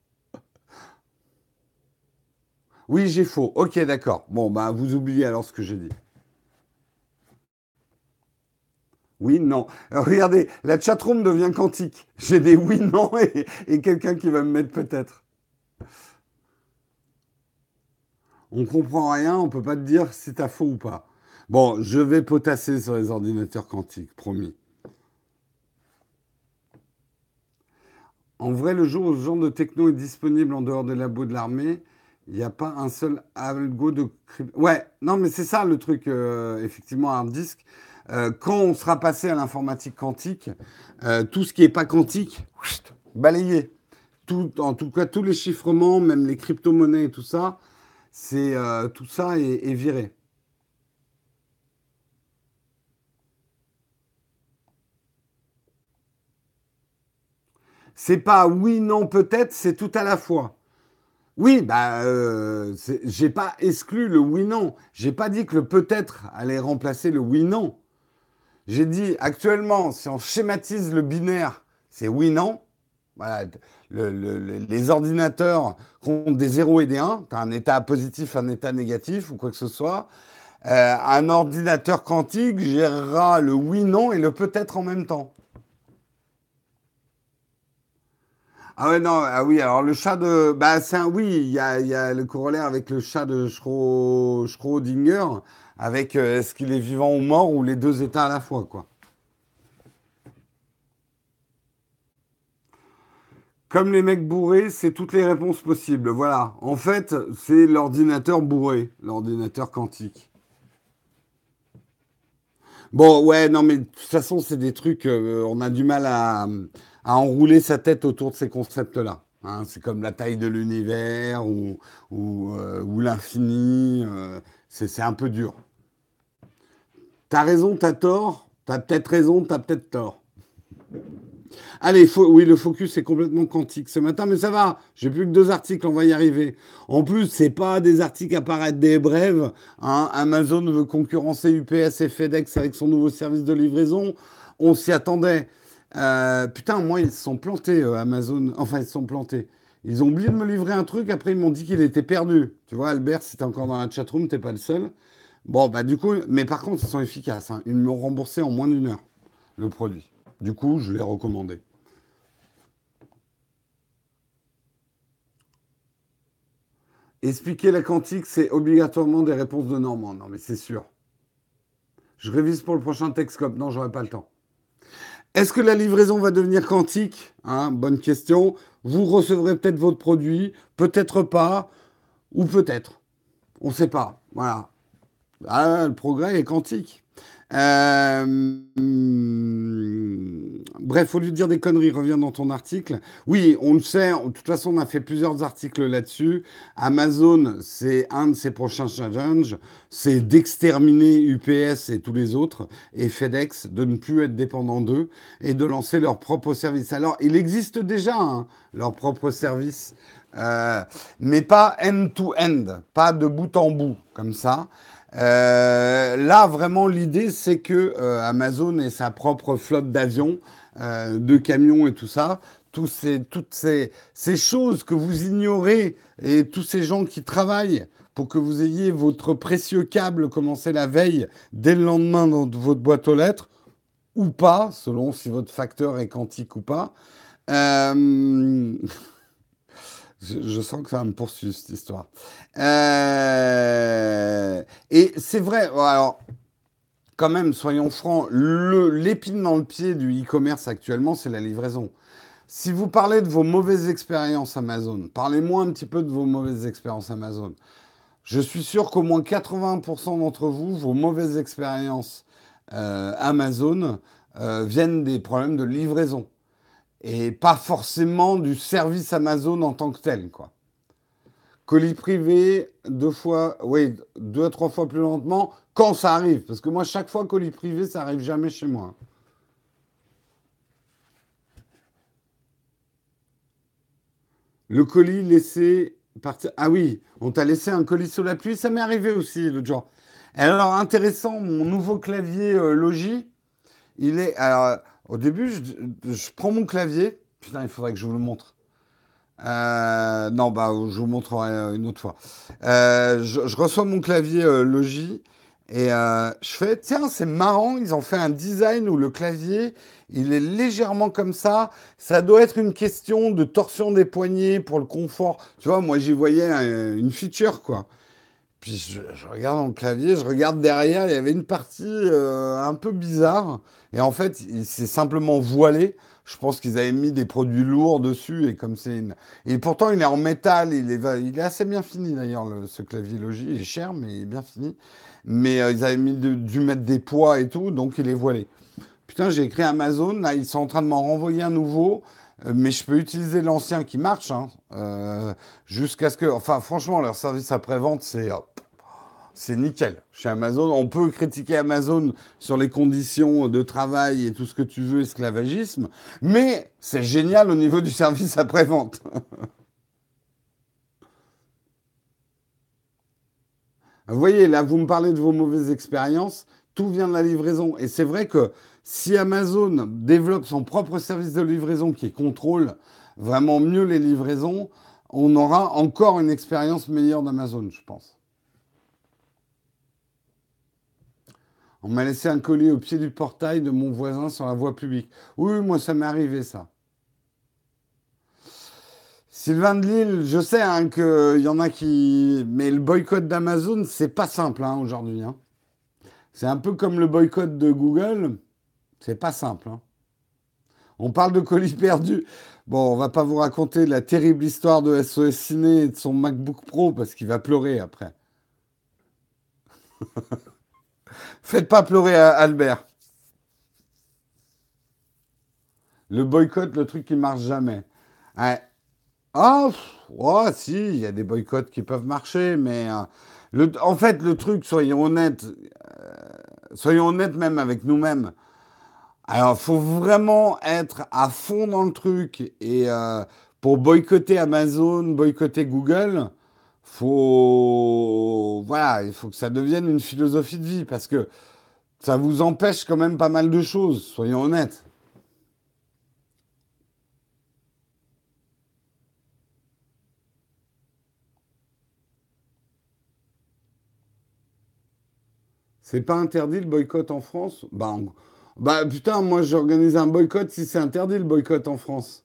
Oui, j'ai faux. Ok, d'accord. Bon, bah, vous oubliez alors ce que j'ai dit. Oui, non. Regardez, la chatroom devient quantique. J'ai des oui, non et quelqu'un qui va me mettre peut-être. On comprend rien, on peut pas te dire si t'as faux ou pas. Bon, je vais potasser sur les ordinateurs quantiques, promis. En vrai, le jour où ce genre de techno est disponible en dehors des labos de l'armée, Il n'y a pas un seul algo de Ouais, non, mais c'est ça le truc, effectivement, hard disk. Quand on sera passé à l'informatique quantique, tout ce qui n'est pas quantique, balayé. En tout cas, tous les chiffrements, même les crypto-monnaies et tout ça, tout ça est viré. C'est pas oui, non, peut-être, c'est tout à la fois. Oui, bah, j'ai pas exclu le oui, non. J'ai pas dit que le peut-être allait remplacer le oui, non. J'ai dit actuellement, si on schématise le binaire, c'est oui, non. Voilà, les ordinateurs comptent des zéros et des 1. Tu as un état positif, un état négatif ou quoi que ce soit. Un ordinateur quantique gérera le oui, non et le peut-être en même temps. Ah ouais, non, ah oui, alors le chat de. Bah, c'est un oui, il y a le corollaire avec le chat de Schrödinger, avec est-ce qu'il est vivant ou mort, ou les deux états à la fois, quoi. Comme les mecs bourrés, c'est toutes les réponses possibles. Voilà. En fait, c'est l'ordinateur bourré, l'ordinateur quantique. Bon, ouais, non, mais de toute façon, c'est des trucs, on a du mal à enrouler sa tête autour de ces concepts-là. Hein. C'est comme la taille de l'univers ou l'infini. C'est un peu dur. T'as raison, t'as tort. T'as peut-être raison, t'as peut-être tort. Allez, oui, le focus est complètement quantique ce matin, mais ça va. J'ai plus que 2 articles, on va y arriver. En plus, c'est pas des articles à paraître des brèves. Hein. Amazon veut concurrencer UPS et FedEx avec son nouveau service de livraison. On s'y attendait. Putain, moi, ils se sont plantés, Amazon. Enfin, ils se sont plantés. Ils ont oublié de me livrer un truc. Après, ils m'ont dit qu'il était perdu. Tu vois, Albert, si t'es encore dans la chatroom, t'es pas le seul. Bon, bah, du coup, mais par contre, ils sont efficaces. Hein. Ils me l'ont remboursé en moins d'une heure, le produit. Du coup, je l'ai recommandé. Expliquer la quantique, c'est obligatoirement des réponses de Normand. Non, mais c'est sûr. Je révise pour le prochain Texcope. Non, j'aurai pas le temps. Est-ce que la livraison va devenir quantique? Hein, bonne question. Vous recevrez peut-être votre produit, peut-être pas, ou peut-être. On ne sait pas. Voilà. Ah, le progrès est quantique. Bref, faut lui dire des conneries, reviens dans ton article. Oui, on le sait, de toute façon, on a fait plusieurs articles là-dessus. Amazon, c'est un de ses prochains challenges, c'est d'exterminer UPS et tous les autres, et FedEx, de ne plus être dépendant d'eux, et de lancer leur propre service. Alors, il existe déjà hein, leur propre service, mais pas end-to-end, pas de bout en bout, comme ça. Là, vraiment, l'idée, c'est que Amazon ait sa propre flotte d'avions, de camions et tout ça. Toutes ces choses que vous ignorez et tous ces gens qui travaillent pour que vous ayez votre précieux câble commencé la veille, dès le lendemain dans votre boîte aux lettres, ou pas, selon si votre facteur est quantique ou pas. Euh, je sens que ça va me poursuivre, cette histoire. Et c'est vrai, alors, quand même, soyons francs, l'épine dans le pied du e-commerce actuellement, c'est la livraison. Si vous parlez de vos mauvaises expériences Amazon, parlez-moi un petit peu de vos mauvaises expériences Amazon. Je suis sûr qu'au moins 80% d'entre vous, vos mauvaises expériences Amazon viennent des problèmes de livraison et pas forcément du service Amazon en tant que tel, quoi. Colis privé, 2 fois, oui, 2 à 3 fois plus lentement, quand ça arrive. Parce que moi, chaque fois, colis privé, ça arrive jamais chez moi. Le colis laissé partir. Ah oui, on t'a laissé un colis sous la pluie, ça m'est arrivé aussi l'autre jour. Alors, intéressant, mon nouveau clavier Logi, il est. Alors, au début, je prends mon clavier. Putain, il faudrait que je vous le montre. Non, bah, je vous montrerai une autre fois. Je reçois mon clavier Logi et je fais, tiens, c'est marrant, ils ont fait un design où le clavier, il est légèrement comme ça. Ça doit être une question de torsion des poignets pour le confort. Tu vois, moi, j'y voyais une feature, quoi. Puis je regarde dans le clavier, je regarde derrière, il y avait une partie un peu bizarre. Et en fait, il s'est simplement voilé. Je pense qu'ils avaient mis des produits lourds dessus. Et comme c'est une... Et pourtant, il est en métal. Il est assez bien fini d'ailleurs, ce clavier Logi. Il est cher, mais il est bien fini. Mais ils avaient dû mettre des poids et tout, donc il est voilé. Putain, j'ai écrit Amazon. Là, ils sont en train de m'en renvoyer un nouveau. Mais je peux utiliser l'ancien qui marche, hein, jusqu'à ce que... Enfin, franchement, leur service après-vente, c'est nickel. Chez Amazon, on peut critiquer Amazon sur les conditions de travail et tout ce que tu veux, esclavagisme, mais c'est génial au niveau du service après-vente. Vous voyez, là, vous me parlez de vos mauvaises expériences, tout vient de la livraison. Et c'est vrai que si Amazon développe son propre service de livraison qui contrôle vraiment mieux les livraisons, on aura encore une expérience meilleure d'Amazon, je pense. On m'a laissé un colis au pied du portail de mon voisin sur la voie publique. Oui, oui, moi, ça m'est arrivé, ça. Sylvain de Lille, je sais hein, qu'il y en a qui... Mais le boycott d'Amazon, c'est pas simple hein, aujourd'hui. Hein. C'est un peu comme le boycott de Google. C'est pas simple. Hein. On parle de colis perdus. Bon, on va pas vous raconter la terrible histoire de SOS Ciné et de son MacBook Pro parce qu'il va pleurer après. Faites pas pleurer Albert. Le boycott, le truc qui marche jamais. Ouais. Ah, oh, si, il y a des boycotts qui peuvent marcher, mais en fait, le truc, soyons honnêtes même avec nous-mêmes. Alors, il faut vraiment être à fond dans le truc et pour boycotter Amazon, boycotter Google, voilà, il faut que ça devienne une philosophie de vie parce que ça vous empêche quand même pas mal de choses, soyons honnêtes. C'est pas interdit le boycott en France? Bah putain, moi j'organise un boycott si c'est interdit le boycott en France.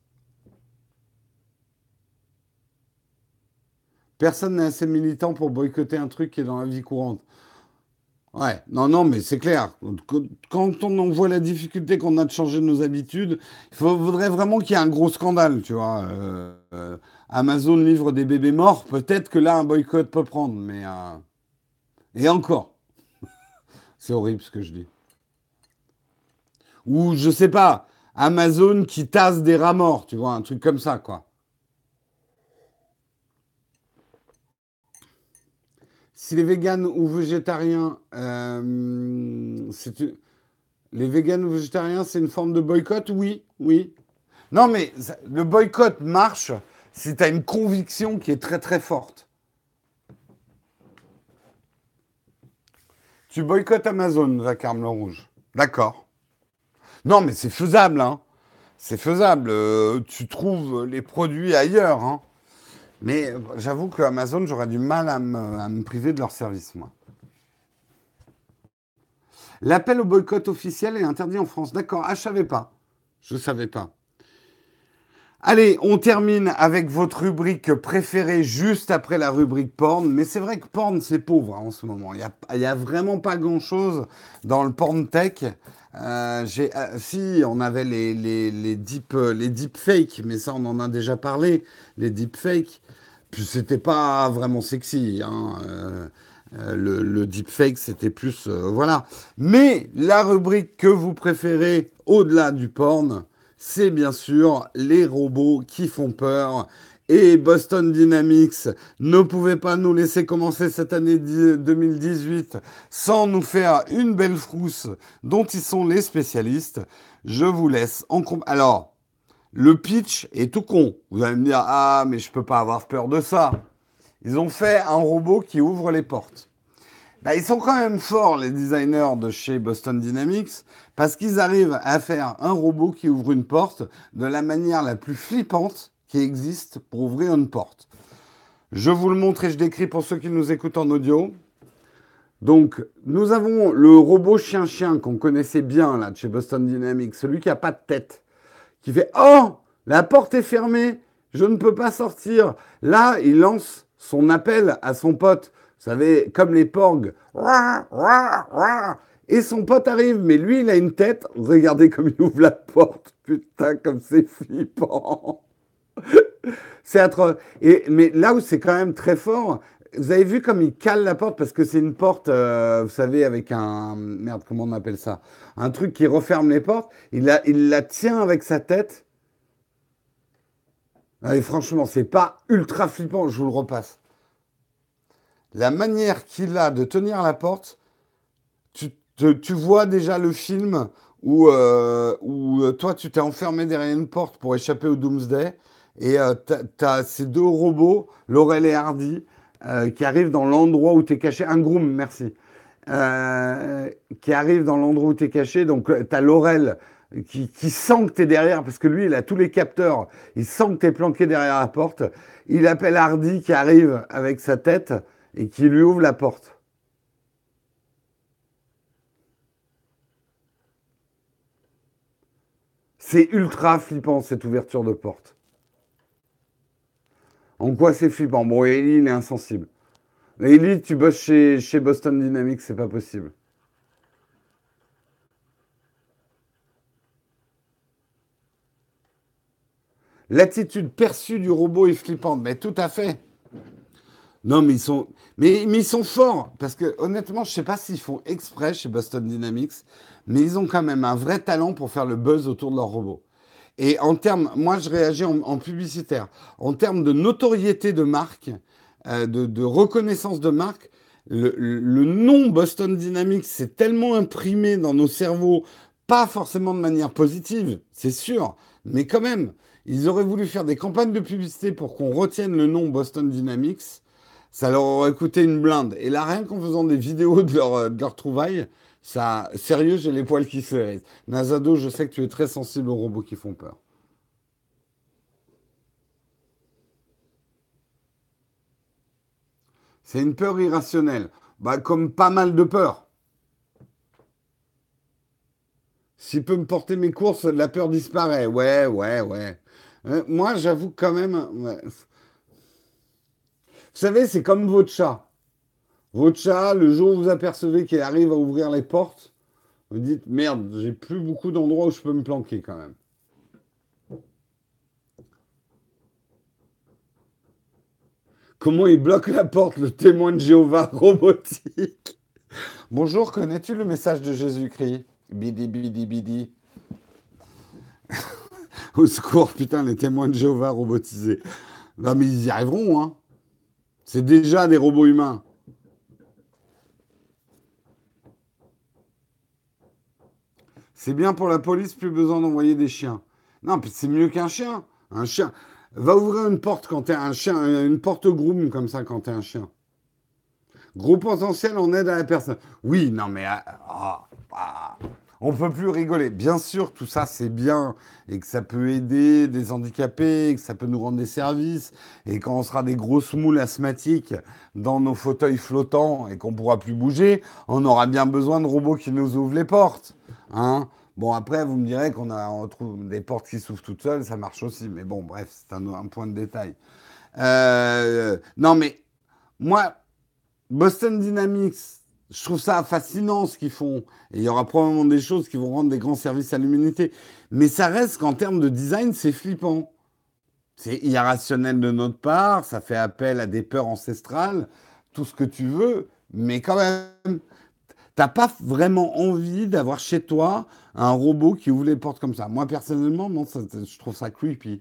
Personne n'est assez militant pour boycotter un truc qui est dans la vie courante. Ouais, non, non, mais c'est clair. Quand on voit la difficulté qu'on a de changer nos habitudes, faudrait vraiment qu'il y ait un gros scandale, tu vois. Amazon livre des bébés morts, peut-être que là un boycott peut prendre, mais et encore, c'est horrible ce que je dis. Ou je sais pas, Amazon qui tasse des rats morts, tu vois, un truc comme ça, quoi. Si les véganes ou végétariens, les véganes ou végétariens, c'est une forme de boycott? Oui, oui. Non, mais le boycott marche si tu as une conviction qui est très très forte. Tu boycottes Amazon, Vacarme le Rouge. D'accord. Non, mais c'est faisable, hein. C'est faisable. Tu trouves les produits ailleurs, hein. Mais j'avoue que Amazon, j'aurais du mal à me priver de leur service, moi. L'appel au boycott officiel est interdit en France. D'accord. Ah, je savais pas. Je savais pas. Allez, on termine avec votre rubrique préférée juste après la rubrique porn. Mais c'est vrai que porn, c'est pauvre hein, en ce moment. Il y a vraiment pas grand-chose dans le porn tech. Si, on avait les deepfakes, mais ça, on en a déjà parlé, les deepfakes. Puis c'était pas vraiment sexy. Hein. Le deepfake, c'était plus... voilà. Mais la rubrique que vous préférez au-delà du porn, c'est bien sûr les robots qui font peur. Et Boston Dynamics ne pouvait pas nous laisser commencer cette année 2018 sans nous faire une belle frousse dont ils sont les spécialistes. Je vous laisse en... Alors, le pitch est tout con. Vous allez me dire, ah, mais je peux pas avoir peur de ça. Ils ont fait un robot qui ouvre les portes. Bah, ils sont quand même forts, les designers de chez Boston Dynamics, parce qu'ils arrivent à faire un robot qui ouvre une porte de la manière la plus flippante qui existe pour ouvrir une porte. Je vous le montre et je décris pour ceux qui nous écoutent en audio. Donc, nous avons le robot chien-chien qu'on connaissait bien là de chez Boston Dynamics, celui qui n'a pas de tête, qui fait «Oh, la porte est fermée, je ne peux pas sortir». Là, il lance son appel à son pote. savez, comme les porgs. Ouah, ouah, ouah. Et son pote arrive, mais lui, il a une tête. Regardez comme il ouvre la porte. Putain, comme c'est flippant. C'est atroce. Mais là où c'est quand même très fort, vous avez vu comme il cale la porte parce que c'est une porte, vous savez, avec un... Merde, comment on appelle ça? Un truc qui referme les portes. Il la tient avec sa tête. Ah, et franchement, c'est pas ultra flippant, je vous le repasse. La manière qu'il a de tenir la porte, tu vois déjà le film où toi, tu t'es enfermé derrière une porte pour échapper au Doomsday. Et t'as ces deux robots, Laurel et Hardy, qui arrivent dans l'endroit où tu es caché. Un groom, merci. Qui arrive dans l'endroit où tu es caché. Donc, tu as Laurel qui sent que tu es derrière, parce que lui, il a tous les capteurs. Il sent que tu es planqué derrière la porte. Il appelle Hardy qui arrive avec sa tête et qui lui ouvre la porte. C'est ultra flippant, cette ouverture de porte. En quoi c'est flippant? Bon, Ellie, il est insensible. Ellie, tu bosses chez Boston Dynamics, c'est pas possible. L'attitude perçue du robot est flippante, mais tout à fait. Non, mais ils sont forts, parce que honnêtement, je sais pas s'ils font exprès chez Boston Dynamics, mais ils ont quand même un vrai talent pour faire le buzz autour de leur robot. Et en termes, moi je réagis en publicitaire, en termes de notoriété de marque, de reconnaissance de marque, le nom Boston Dynamics s'est tellement imprimé dans nos cerveaux, pas forcément de manière positive, c'est sûr, mais quand même, ils auraient voulu faire des campagnes de publicité pour qu'on retienne le nom Boston Dynamics, ça leur aurait coûté une blinde. Et là, rien qu'en faisant des vidéos de leur trouvailles, ça, sérieux, j'ai les poils qui se hérissent. Nazado, je sais que tu es très sensible aux robots qui font peur. C'est une peur irrationnelle. Bah, comme pas mal de peurs. S'il peut me porter mes courses, la peur disparaît. Ouais, ouais, ouais. Moi, j'avoue quand même. Ouais. Vous savez, c'est comme votre chat. Votre chat, le jour où vous apercevez qu'il arrive à ouvrir les portes, vous dites merde, j'ai plus beaucoup d'endroits où je peux me planquer quand même. Comment il bloque la porte, le témoin de Jéhovah robotique? Bonjour, connais-tu le message de Jésus-Christ? Bidi bidi bidi. Au secours, putain, les témoins de Jéhovah robotisés. Non, mais ils y arriveront, hein. C'est déjà des robots humains. C'est bien pour la police, plus besoin d'envoyer des chiens. Non, puis c'est mieux qu'un chien. Un chien. Va ouvrir une porte quand t'es un chien, une porte groom comme ça quand t'es un chien. Gros potentiel en aide à la personne. Oui, non, mais on peut plus rigoler. Bien sûr, tout ça c'est bien et que ça peut aider des handicapés, et que ça peut nous rendre des services et quand on sera des grosses moules asthmatiques dans nos fauteuils flottants et qu'on pourra plus bouger, on aura bien besoin de robots qui nous ouvrent les portes, hein. Bon, après, vous me direz on trouve des portes qui s'ouvrent toutes seules, ça marche aussi. Mais bon, bref, c'est un point de détail. Non, mais moi, Boston Dynamics, je trouve ça fascinant ce qu'ils font. Et il y aura probablement des choses qui vont rendre des grands services à l'humanité. Mais ça reste qu'en termes de design, c'est flippant. C'est irrationnel de notre part, ça fait appel à des peurs ancestrales, tout ce que tu veux. Mais quand même, t'as pas vraiment envie d'avoir chez toi un robot qui ouvre les portes comme ça. Moi, personnellement, non, je trouve ça creepy.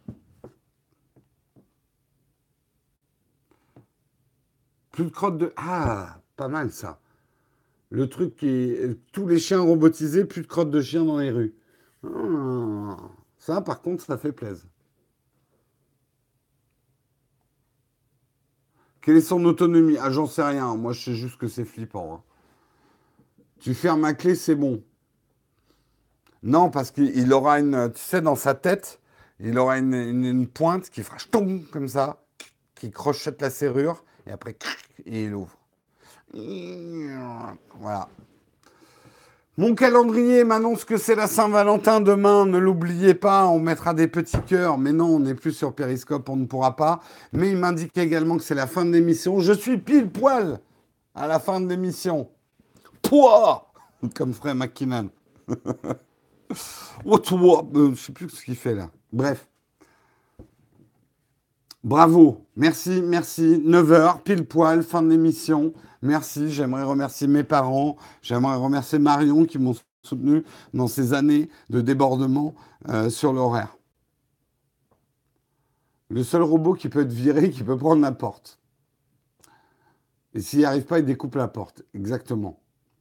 Plus de crottes de... Ah, pas mal ça. Le truc qui est... Tous les chiens robotisés, plus de crottes de chiens dans les rues. Ah, ça, par contre, ça fait plaisir. Quelle est son autonomie? Ah, j'en sais rien. Moi, je sais juste que c'est flippant, hein. Tu fermes ma clé, c'est bon. Non, parce qu'il aura une... Tu sais, dans sa tête, il aura une pointe qui fera ch'tong, comme ça, qui crochette la serrure, et après, et il ouvre. Voilà. Mon calendrier m'annonce que c'est la Saint-Valentin demain, ne l'oubliez pas, on mettra des petits cœurs, mais non, on n'est plus sur Periscope, on ne pourra pas. Mais il m'indique également que c'est la fin de l'émission. Je suis pile poil à la fin de l'émission. Pouah comme ferait McKinnon. Oh, toi, je sais plus ce qu'il fait là. Bref, bravo, merci, merci. 9h, pile poil, fin de l'émission. Merci, j'aimerais remercier mes parents, j'aimerais remercier Marion qui m'ont soutenu dans ces années de débordement sur l'horaire. Le seul robot qui peut être viré, qui peut prendre la porte. Et s'il n'y arrive pas, il découpe la porte. Exactement.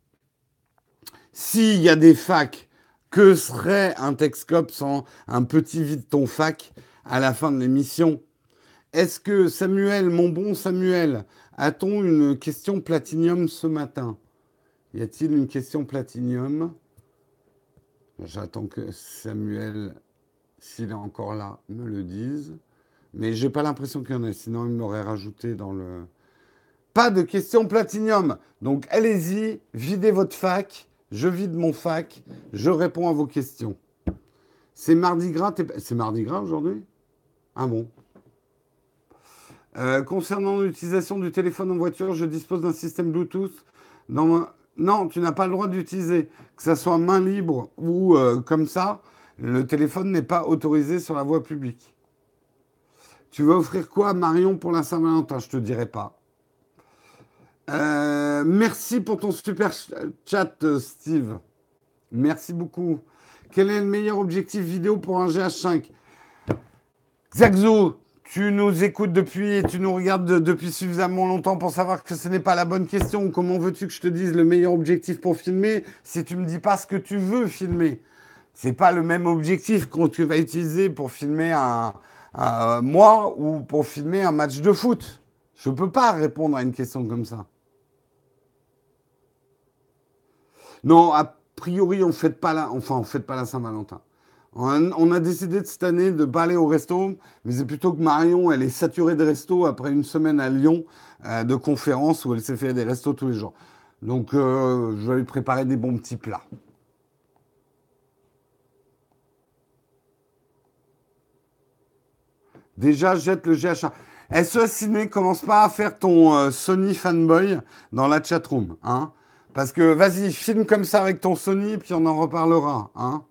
S'il y a des facs, que serait un Texcope sans un petit vide ton fac à la fin de l'émission? Est-ce que Samuel, mon bon Samuel, a-t-on une question platinium ce matin? Y a-t-il une question platinium? J'attends que Samuel, s'il est encore là, me le dise. Mais j'ai pas l'impression qu'il y en ait, sinon il me l'aurait rajouté dans le... Pas de question platinium. Donc allez-y, videz votre fac. Je vide mon fac. Je réponds à vos questions. C'est Mardi Gras. C'est Mardi Gras aujourd'hui? Ah bon. Concernant l'utilisation du téléphone en voiture, je dispose d'un système Bluetooth. Non, tu n'as pas le droit d'utiliser. Que ça soit main libre ou comme ça, le téléphone n'est pas autorisé sur la voie publique. Tu veux offrir quoi à Marion pour la Saint-Valentin? Je te dirai pas. Merci pour ton super chat, Steve. Merci beaucoup. Quel est le meilleur objectif vidéo pour un GH5? Xaxo, tu nous écoutes depuis et tu nous regardes depuis suffisamment longtemps pour savoir que ce n'est pas la bonne question. Comment veux-tu que je te dise le meilleur objectif pour filmer si tu me dis pas ce que tu veux filmer? C'est pas le même objectif que tu vas utiliser pour filmer moi ou pour filmer un match de foot. Je peux pas répondre à une question comme ça. Non, a priori, on fête pas la Saint-Valentin. On a décidé de cette année de pas aller au resto, mais c'est plutôt que Marion, elle est saturée de resto après une semaine à Lyon de conférences où elle s'est fait des restos tous les jours. Donc, je vais lui préparer des bons petits plats. Déjà, jette le GH1. SOS Ciné, commence pas à faire ton Sony fanboy dans la chatroom, hein. Parce que, vas-y, filme comme ça avec ton Sony, puis on en reparlera, hein.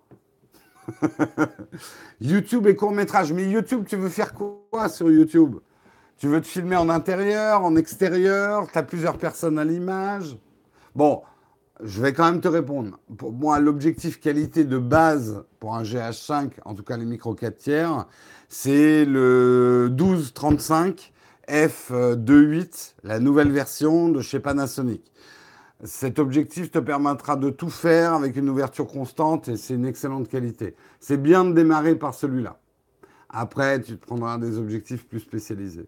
YouTube et court-métrage. Mais YouTube, tu veux faire quoi sur YouTube? Tu veux te filmer en intérieur, en extérieur? Tu as plusieurs personnes à l'image? Bon, je vais quand même te répondre. Pour moi, l'objectif qualité de base pour un GH5, en tout cas les micro 4 tiers, c'est le 1235 f2.8, la nouvelle version de chez Panasonic. Cet objectif te permettra de tout faire avec une ouverture constante et c'est une excellente qualité. C'est bien de démarrer par celui-là. Après, tu te prendras des objectifs plus spécialisés.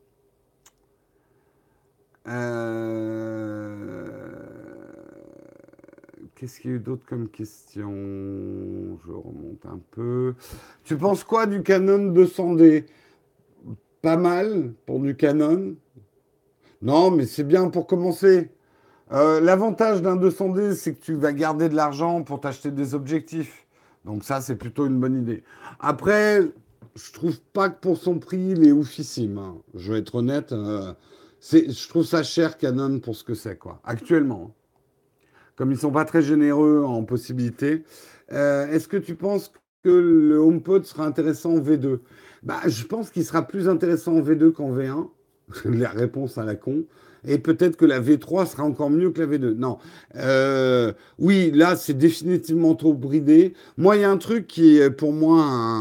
Qu'est-ce qu'il y a eu d'autre comme question? Je remonte un peu. Tu penses quoi du Canon 200D? Pas mal pour du Canon. Non, mais c'est bien pour commencer. L'avantage d'un 200D, c'est que tu vas garder de l'argent pour t'acheter des objectifs. Donc ça, c'est plutôt une bonne idée. Après, je trouve pas que pour son prix, il est oufissime, hein. Je vais être honnête. Je trouve ça cher Canon pour ce que c'est, quoi. Actuellement. Comme ils sont pas très généreux en possibilités. Est-ce que tu penses que le HomePod sera intéressant en V2? Bah, je pense qu'il sera plus intéressant en V2 qu'en V1. La réponse à la con. Et peut-être que la V3 sera encore mieux que la V2. Non. Oui, là, c'est définitivement trop bridé. Moi, il y a un truc qui est pour moi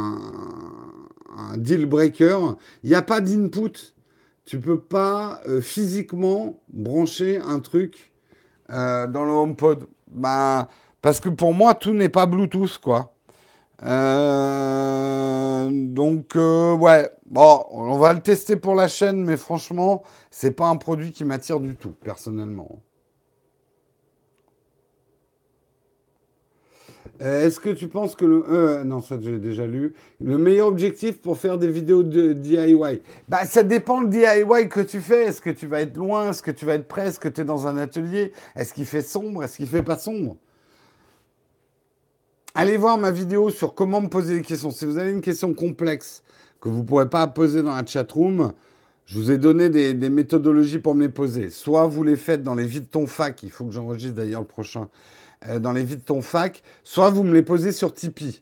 un deal breaker. Il n'y a pas d'input. Tu peux pas physiquement brancher un truc dans le HomePod. Bah, parce que pour moi, tout n'est pas Bluetooth, quoi. Donc, ouais, bon, on va le tester pour la chaîne, mais franchement, c'est pas un produit qui m'attire du tout, personnellement. Est-ce que tu penses que non, ça j'ai déjà lu. Le meilleur objectif pour faire des vidéos de DIY? Bah, ça dépend le DIY que tu fais. Est-ce que tu vas être loin? Est-ce que tu vas être près? Est-ce que tu es dans un atelier? Est-ce qu'il fait sombre? Est-ce qu'il fait pas sombre? Allez voir ma vidéo sur comment me poser des questions. Si vous avez une question complexe que vous ne pourrez pas poser dans la chatroom, je vous ai donné des méthodologies pour me les poser. Soit vous les faites dans les vies de ton fac, il faut que j'enregistre d'ailleurs le prochain, dans les vies de ton fac, soit vous me les posez sur Tipeee.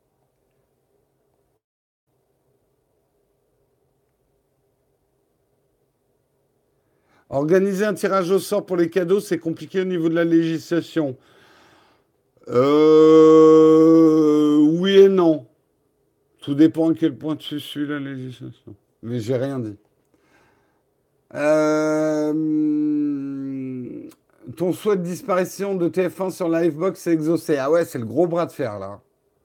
Organiser un tirage au sort pour les cadeaux, c'est compliqué au niveau de la législation. Oui et non. Tout dépend à quel point tu suis la législation. Mais j'ai rien dit. Euh, Ton souhait de disparition de TF1 sur Livebox est exaucé. Ah ouais, c'est le gros bras de fer là.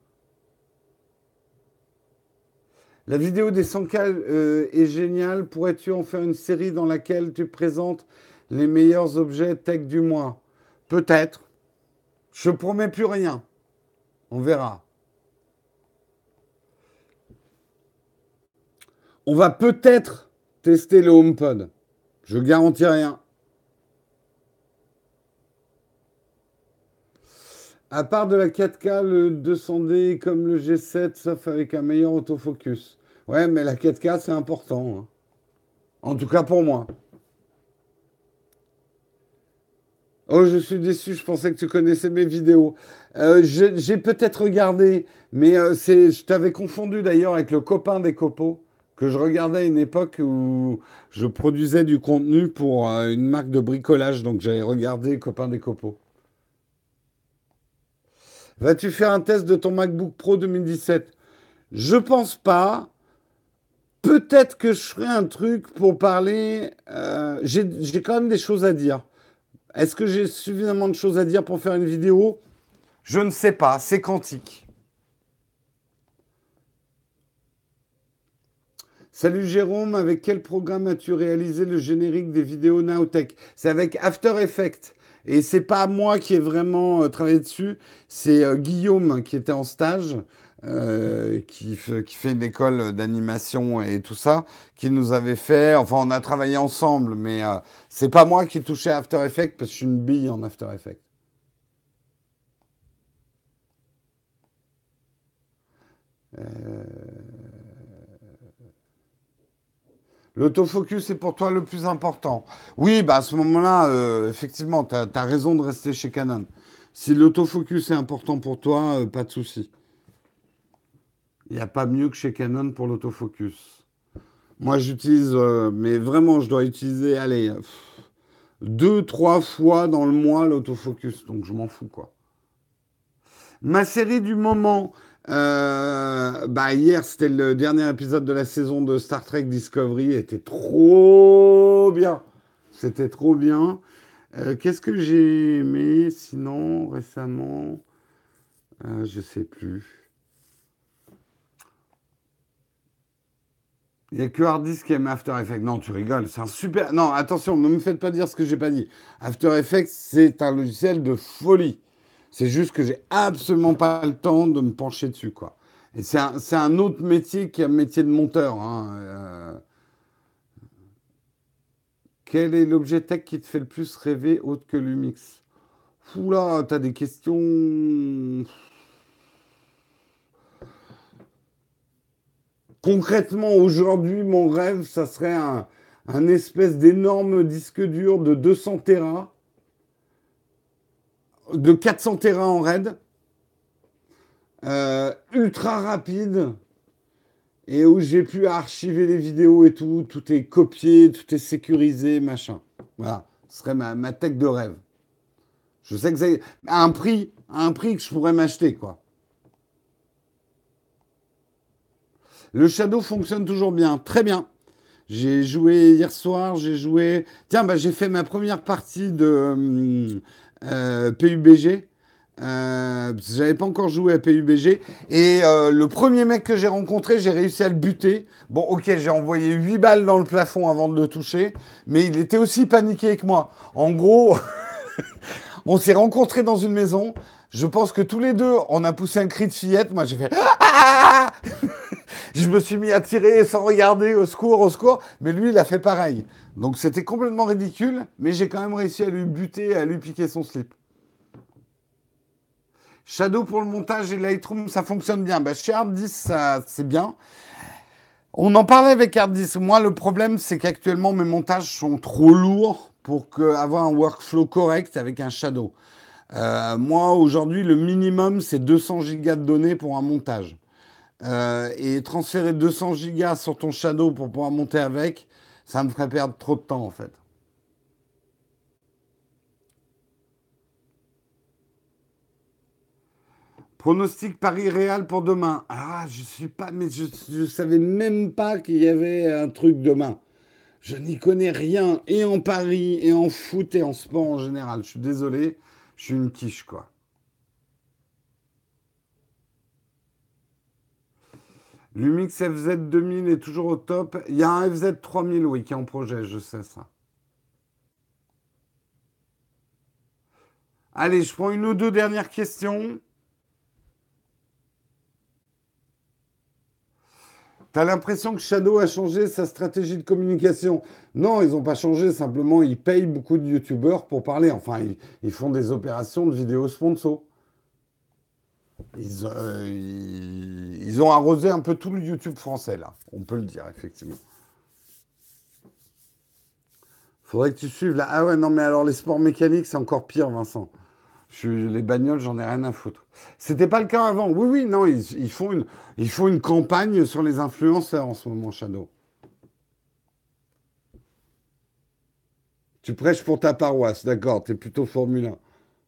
La vidéo des 100 cas est géniale. Pourrais-tu en faire une série dans laquelle tu présentes les meilleurs objets tech du mois? Peut-être. Je promets plus rien. On verra. On va peut-être tester le HomePod. Je garantis rien. À part de la 4K, le 200D est comme le G7, sauf avec un meilleur autofocus. Ouais, mais la 4K, c'est important, hein. En tout cas pour moi. Oh, je suis déçu, je pensais que tu connaissais mes vidéos. J'ai peut-être regardé, mais je t'avais confondu d'ailleurs avec le copain des copeaux, que je regardais à une époque où je produisais du contenu pour une marque de bricolage, donc j'avais regardé Copain des copeaux. Vas-tu faire un test de ton MacBook Pro 2017? Je pense pas. Peut-être que je ferai un truc pour parler. J'ai quand même des choses à dire. Est-ce que j'ai suffisamment de choses à dire pour faire une vidéo? Je ne sais pas. C'est quantique. Salut Jérôme, avec quel programme as-tu réalisé le générique des vidéos Nowtech? C'est avec After Effects. Et c'est pas moi qui ai vraiment travaillé dessus, c'est Guillaume qui était en stage, qui fait une école d'animation et tout ça, qui nous avait fait. Enfin, on a travaillé ensemble, mais c'est pas moi qui touchais After Effects parce que je suis une bille en After Effects. L'autofocus est pour toi le plus important. Oui, bah à ce moment-là, effectivement, tu as raison de rester chez Canon. Si l'autofocus est important pour toi, pas de souci. Il n'y a pas mieux que chez Canon pour l'autofocus. Moi, j'utilise, mais vraiment, je dois utiliser, allez, deux, trois fois dans le mois l'autofocus. Donc, je m'en fous, quoi. Ma série du moment, bah hier, c'était le dernier épisode de la saison de Star Trek Discovery. Était trop bien. C'était trop bien. Qu'est-ce que j'ai aimé sinon récemment? Je sais plus. Il n'y a que Hardis qui aime After Effects. Non, tu rigoles. C'est un super. Non, attention, ne me faites pas dire ce que j'ai pas dit. After Effects, c'est un logiciel de folie. C'est juste que j'ai absolument pas le temps de me pencher dessus, quoi. Et c'est un autre métier qu'un métier de monteur, hein. Quel est l'objet tech qui te fait le plus rêver autre que l'UMX? Oula, t'as des questions. Concrètement, aujourd'hui, mon rêve, ça serait un espèce d'énorme disque dur de 200 Tera, de 400 Tera en RAID, ultra rapide, et où j'ai pu archiver les vidéos et tout. Tout est copié, tout est sécurisé, machin. Voilà, ce serait ma tech de rêve. Je sais que c'est à un prix que je pourrais m'acheter, quoi. Le Shadow fonctionne toujours bien, très bien. J'ai joué hier soir, j'ai joué. Tiens, bah, j'ai fait ma première partie de PUBG. J'avais pas encore joué à PUBG. Et le premier mec que j'ai rencontré, j'ai réussi à le buter. Bon, ok, j'ai envoyé 8 balles dans le plafond avant de le toucher. Mais il était aussi paniqué que moi. En gros, on s'est rencontrés dans une maison. Je pense que tous les deux, on a poussé un cri de fillette. Moi, j'ai fait ah. Je me suis mis à tirer sans regarder, au secours, au secours. Mais lui, il a fait pareil. Donc c'était complètement ridicule, mais j'ai quand même réussi à lui buter, à lui piquer son slip. Shadow pour le montage et Lightroom, ça fonctionne bien. Bah, chez Hardis, ça, c'est bien. On en parlait avec Hardis. Moi, le problème, c'est qu'actuellement, mes montages sont trop lourds pour avoir un workflow correct avec un Shadow. Moi, aujourd'hui, le minimum, c'est 200 gigas de données pour un montage. Et transférer 200 gigas sur ton Shadow pour pouvoir monter avec, ça me ferait perdre trop de temps, en fait. Pronostic Paris Réal pour demain. Ah, je suis pas, mais je savais même pas qu'il y avait un truc demain. Je n'y connais rien, et en Paris, et en foot, et en sport en général. Je suis désolé, je suis une quiche, quoi. Lumix FZ 2000 est toujours au top. Il y a un FZ 3000, oui, qui est en projet, je sais ça. Allez, je prends une ou deux dernières questions. T'as l'impression que Shadow a changé sa stratégie de communication? Non, ils n'ont pas changé, simplement ils payent beaucoup de youtubeurs pour parler. Enfin, ils font des opérations de vidéos sponsor. Ils ont arrosé un peu tout le YouTube français, là. On peut le dire, effectivement. Faudrait que tu suives là. Ah ouais, non, mais alors les sports mécaniques, c'est encore pire, Vincent. Les bagnoles, j'en ai rien à foutre. C'était pas le cas avant. Oui, oui, non, ils font une campagne sur les influenceurs en ce moment, Shadow. Tu prêches pour ta paroisse, d'accord, t'es plutôt Formule 1.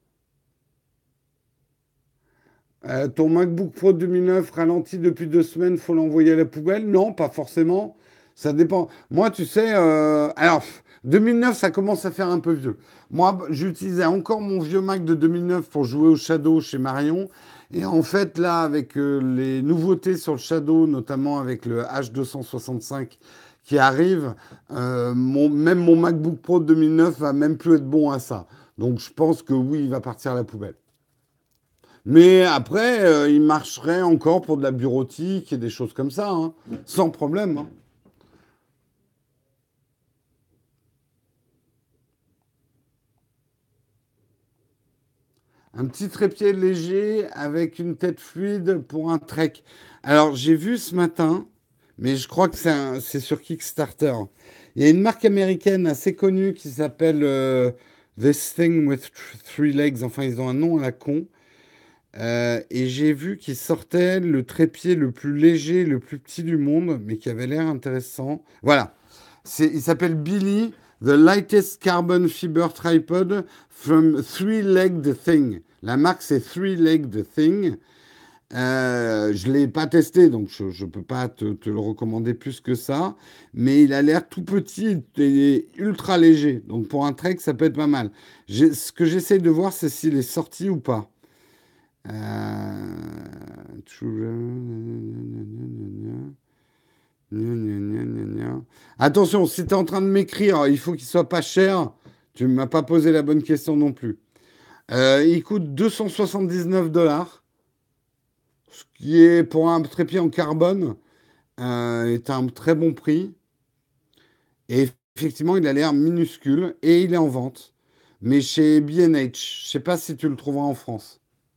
Ton MacBook Pro 2009 ralenti depuis 2 semaines, faut l'envoyer à la poubelle? Non, pas forcément. Ça dépend. Moi, tu sais, alors, 2009, ça commence à faire un peu vieux. Moi, j'utilisais encore mon vieux Mac de 2009 pour jouer au Shadow chez Marion. Et en fait, là, avec les nouveautés sur le Shadow, notamment avec le H265 qui arrive, même mon MacBook Pro de 2009 va même plus être bon à ça. Donc, je pense que oui, il va partir à la poubelle. Mais après, il marcherait encore pour de la bureautique et des choses comme ça, hein, sans problème, hein. Un petit trépied léger avec une tête fluide pour un trek. Alors, j'ai vu ce matin, mais je crois que c'est sur Kickstarter. Il y a une marque américaine assez connue qui s'appelle This Thing with Three Legs. Enfin, ils ont un nom à la con. Et j'ai vu qu'il sortait le trépied le plus léger, le plus petit du monde, mais qui avait l'air intéressant. Voilà. Il s'appelle Billy, The Lightest Carbon Fiber Tripod from Three-Legged Thing. La marque, c'est Three-Legged Thing. Je ne l'ai pas testé, donc je ne peux pas te le recommander plus que ça. Mais il a l'air tout petit et ultra léger. Donc pour un trek, ça peut être pas mal. Ce que j'essaye de voir, c'est s'il est sorti ou pas. Attention, si tu es en train de m'écrire, il faut qu'il soit pas cher. Tu ne m'as pas posé la bonne question non plus. Il coûte 279 $, ce qui est pour un trépied en carbone est un très bon prix. Et effectivement, il a l'air minuscule et il est en vente. Mais chez B&H, je sais pas si tu le trouveras en France.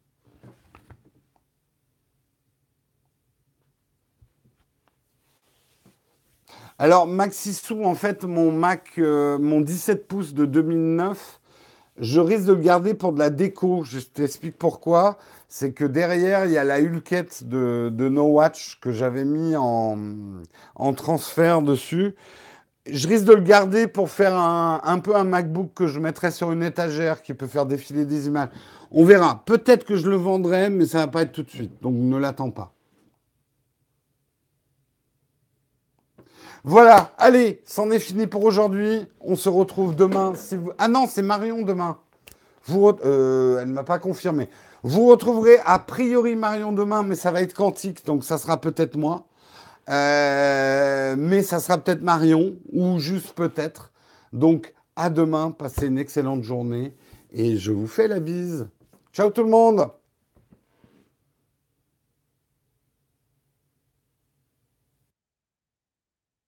Alors, Maxisou, en fait, mon Mac, mon 17 pouces de 2009, je risque de le garder pour de la déco. Je t'explique pourquoi. C'est que derrière, il y a la Hulkette de No Watch que j'avais mis en transfert dessus. Je risque de le garder pour faire un peu un MacBook que je mettrai sur une étagère qui peut faire défiler des images. On verra. Peut-être que je le vendrai, mais ça va pas être tout de suite. Donc, ne l'attends pas. Voilà, allez, c'en est fini pour aujourd'hui. On se retrouve demain. Ah non, c'est Marion demain. Elle ne m'a pas confirmé. Vous retrouverez a priori Marion demain, mais ça va être quantique, donc ça sera peut-être moi. Mais ça sera peut-être Marion, ou juste peut-être. Donc à demain, passez une excellente journée, et je vous fais la bise. Ciao tout le monde!